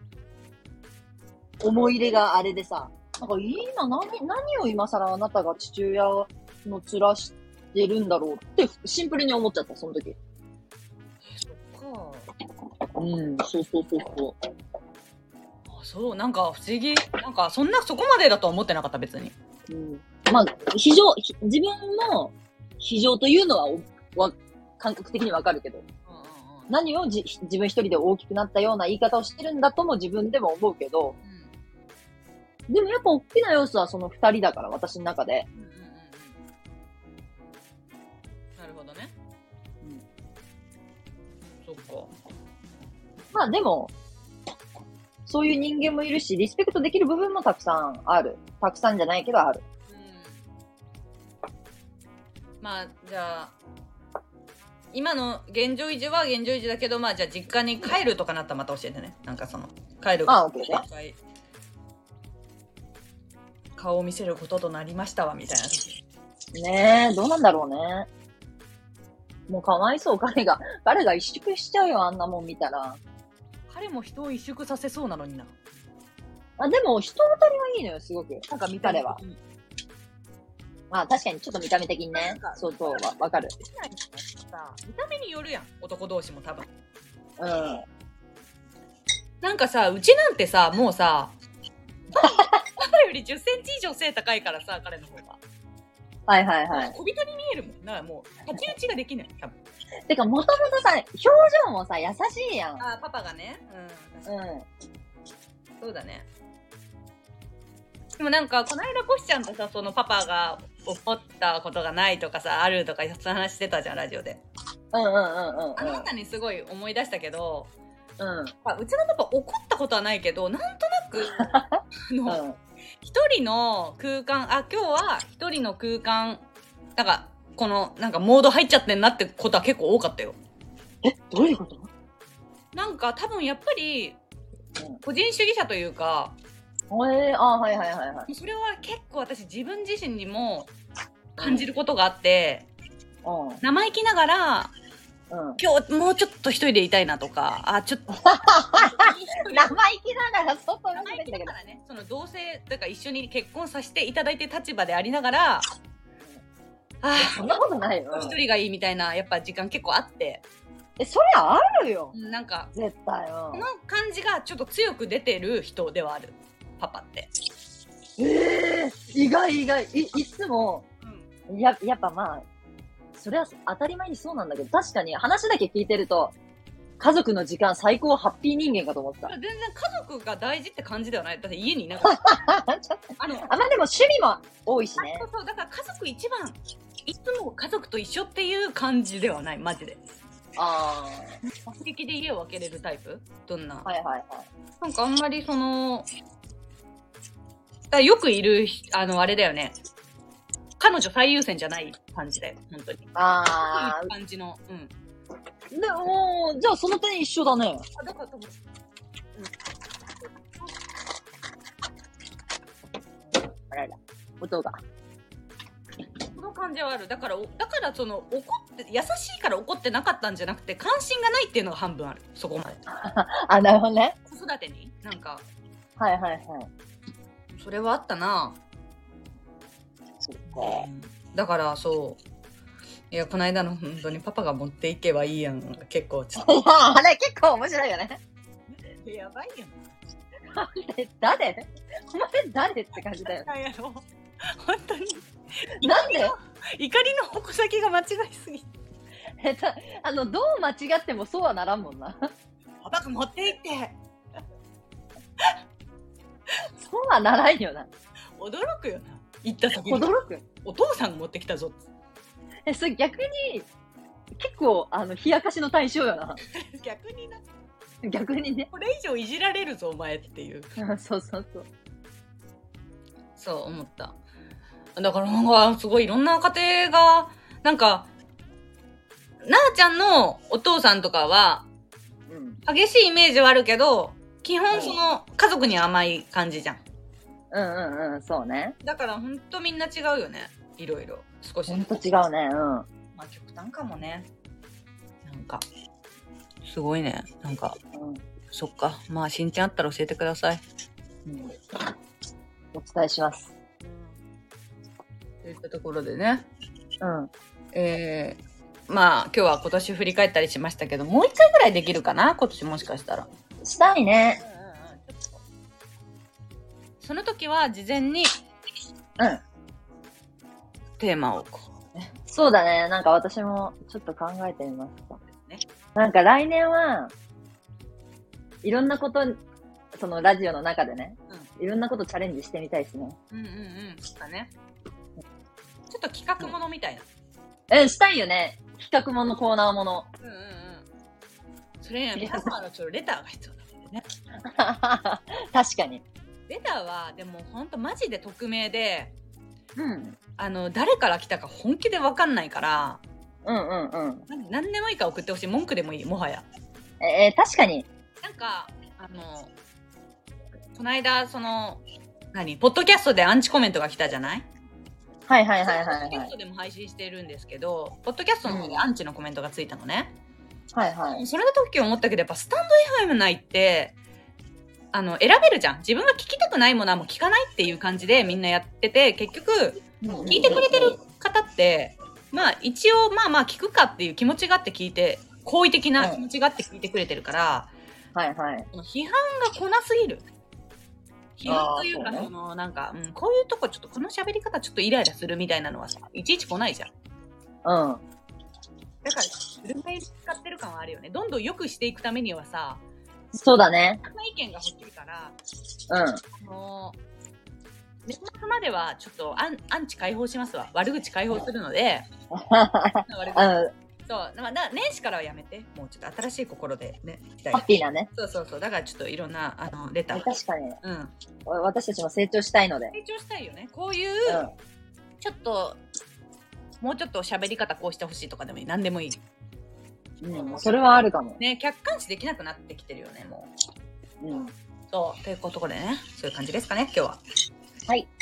思い入れがあれでさ、なんかいいな、何、何を今更あなたが父親の面してるんだろうってシンプルに思っちゃった、その時。 そっか。 うん、そうそうそうそう。 あ、そう、なんか不思議。なんかそんな、そこまでだとは思ってなかった、別に。 うん。まあ、非常、自分も非常というのは、わ、感覚的にわかるけど、うんうんうん、何をじ自分一人で大きくなったような言い方をしてるんだとも自分でも思うけど、うん、でもやっぱ大きな要素はその二人だから、私の中で。うんうんうんうん、 なるほどね。うん。そっか。 まあでも、そういう人間もいるし、リスペクトできる部分もたくさんある。たくさんじゃないけどある。 うん、まあ、じゃあ、今の現状維持は現状維持だけど、まあ、じゃあ実家に帰るとかなったらまた教えてね。なんかその、帰る。 あ、オッケーね。 顔を見せることとなりましたわ、みたいな。ねえ、どうなんだろうね。もうかわいそう、彼が。彼が萎縮しちゃうよ、あんなもん見たら。 彼も人を萎縮させそうなのにな。 あ、でも人当たりはいいのよ、すごく。なんか見たれは。まあ確かにちょっと見た目的にね。そうそう、わ、わかる。 見た目によるやん、男同士も多分。 うん。 なんかさ、うちなんてさ、もうさ、パパよりじゅっセンチ以上背高いからさ、彼の方が。 はいはいはい。 小人に見えるもん。だからもう、太刀打ちができない、多分。 てか、もともとさ、表情もさ、優しいやん。 あ、パパがね。うん。 うん。 そうだね。でもなんか、この間コシちゃんとさ、そのパパが怒ったことがないとかさ、あるとか、そういう話してたじゃん、ラジオで。 うんうんうんうん。 あの中にすごい思い出したけど、 うん。 うちのパパ怒ったことはないけど、なんとなく、あの、 うん。 一人の空間、あ、今日は一人の空間、なんか、この、なんかモード入っちゃってんなってことは結構多かったよ。 え、どういうこと？ なんか多分やっぱり、 うん個人主義者というか、 えー、あ、はいはいはいはい。 それは結構私自分自身にも感じることがあって、 うん。 生意気ながら、 うん。 今日もうちょっと一人でいたいなとか、あ、ちょっと、 生意気ながら外に生意気出てたけど。 だからね、その同性、だから一緒に結婚させていただいてる立場でありながら、あそんなことないよ。 一人がいいみたいな、やっぱ時間結構あって、 え、そりゃあるよ。 なんか、 絶対よこ。の感じがちょっと強く出てる人ではある、パパって。 ええー、意外意外。い、いつも、や、やっぱまあ、それは当たり前にそうなんだけど、確かに話だけ聞いてると、家族の時間最高ハッピー人間かと思った。 全然家族が大事って感じではない。だって家にいなかった。 ちょっとあの、 あ、まあでも趣味も多いしねそう。そう、だから家族一番、いつも家族と一緒っていう感じではない、マジで。 あ平気で家を分けれるタイプどんな、 あ。はいはいはい。 なんかあんまりその、だからよくいる、あの、あれだよね。彼女最優先じゃない感じだよ、本当に。 あいい感じの、うん。 あ。でも、じゃあその点一緒だね。 あ、だから多分、 あらら。音が。 この感じはある。だから、だからその、怒って、優しいから怒ってなかったんじゃなくて、関心がないっていうのが半分ある。そこまで。 あ、なるほどね。 子育てになんか、 はいはいはい。 それはあったな。 そうね。 だからそういやこの間の本当にパパが持っていけばいいやん結構ちょっといや、あれ結構面白いよね。 やばいやんえ、誰お前誰って感じだよ。 なんやろ本当になんで怒りの矛先が間違いすぎてえっと、あの、どう間違ってもそうはならんもんな。 パパが持っていってそうはならんよな。 驚くよな言った時に驚く。 お父さんが持ってきたぞえ、それ逆に、結構、あの、冷やかしの対象よな。 逆にな逆にね。 これ以上いじられるぞお前っていうそうそうそう。 そう思っただからなんかすごいいろんな家庭がなんかなあちゃんのお父さんとかはうん。 激しいイメージはあるけど基本その家族に甘い感じじゃんうんうんうん、そうね。 だからほんとみんな違うよねいろいろ少しほんと違うね。うん。 まあ極端かもねなんかすごいねなんかうん。 そっかまあ新ちゃんあったら教えてくださいうん、お伝えします。 といったところでねうん。 えー、まあ今日は今年振り返ったりしましたけどもう一回ぐらいできるかな今年もしかしたらしたいね。 その時は事前にうん。 テーマをこうねそうだね。なんか私もちょっと考えてみました。 ねなんか来年は、いろんなこと、そのラジオの中でね、いろんなことチャレンジしてみたいですね。 うんうんうんそうだねちょっと企画ものみたいなえ、したいよね。企画ものコーナーもの。 うんうんうんそれね皆様のちょっとレターが必要だもんね確かに。 レターはでもほんとマジで匿名でうん。 あの誰から来たか本気で分かんないからうんうんうん。 何何でもいいから送ってほしい文句でもいいもはやえー、確かに。 なんかあのこの間その何ポッドキャストでアンチコメントが来たじゃないはいはいはいポッはいはい。 ドキャストでも配信してるんですけどポッドキャストの方でアンチのコメントがついたのね、 はいはい。 それの時思ったけどやっぱスタンド エフエム 内ってあの選べるじゃん自分が聞きたくないものはもう聞かないっていう感じでみんなやってて結局聞いてくれてる方ってまあ一応まあまあ聞くかっていう気持ちがあって聞いて好意的な気持ちがあって聞いてくれてるから、 はいはい。 批判が来なすぎる。批判というか、 あーそうねその、なんか、うん、こういうとこちょっと、この喋り方ちょっとイライラするみたいなのはさ、いちいち来ないじゃん。 うん。 だから、うるさい使ってる感はあるよね。どんどん良くしていくためにはさ、 そうだね。 いろんな意見が欲しいから、 うん。 あのー、年末まではちょっとアンアンチ解放しますわ。悪口解放するので、悪口うん。 そう、まあ、だ年始からはやめて、もうちょっと新しい心でね、いきたいハッピーなね。 そうそうそう、だからちょっといろんなあのレター、 確かに。 うん、 私たちも成長したいので。 成長したいよね。こういう、 うん。 ちょっと、もうちょっと喋り方こうしてほしいとかでもいい、何でもいい。 うん。それはあるかも。 ね、客観視できなくなってきてるよね、もう。 うん。 そう、ということでね、そういう感じですかね、今日は。 はい。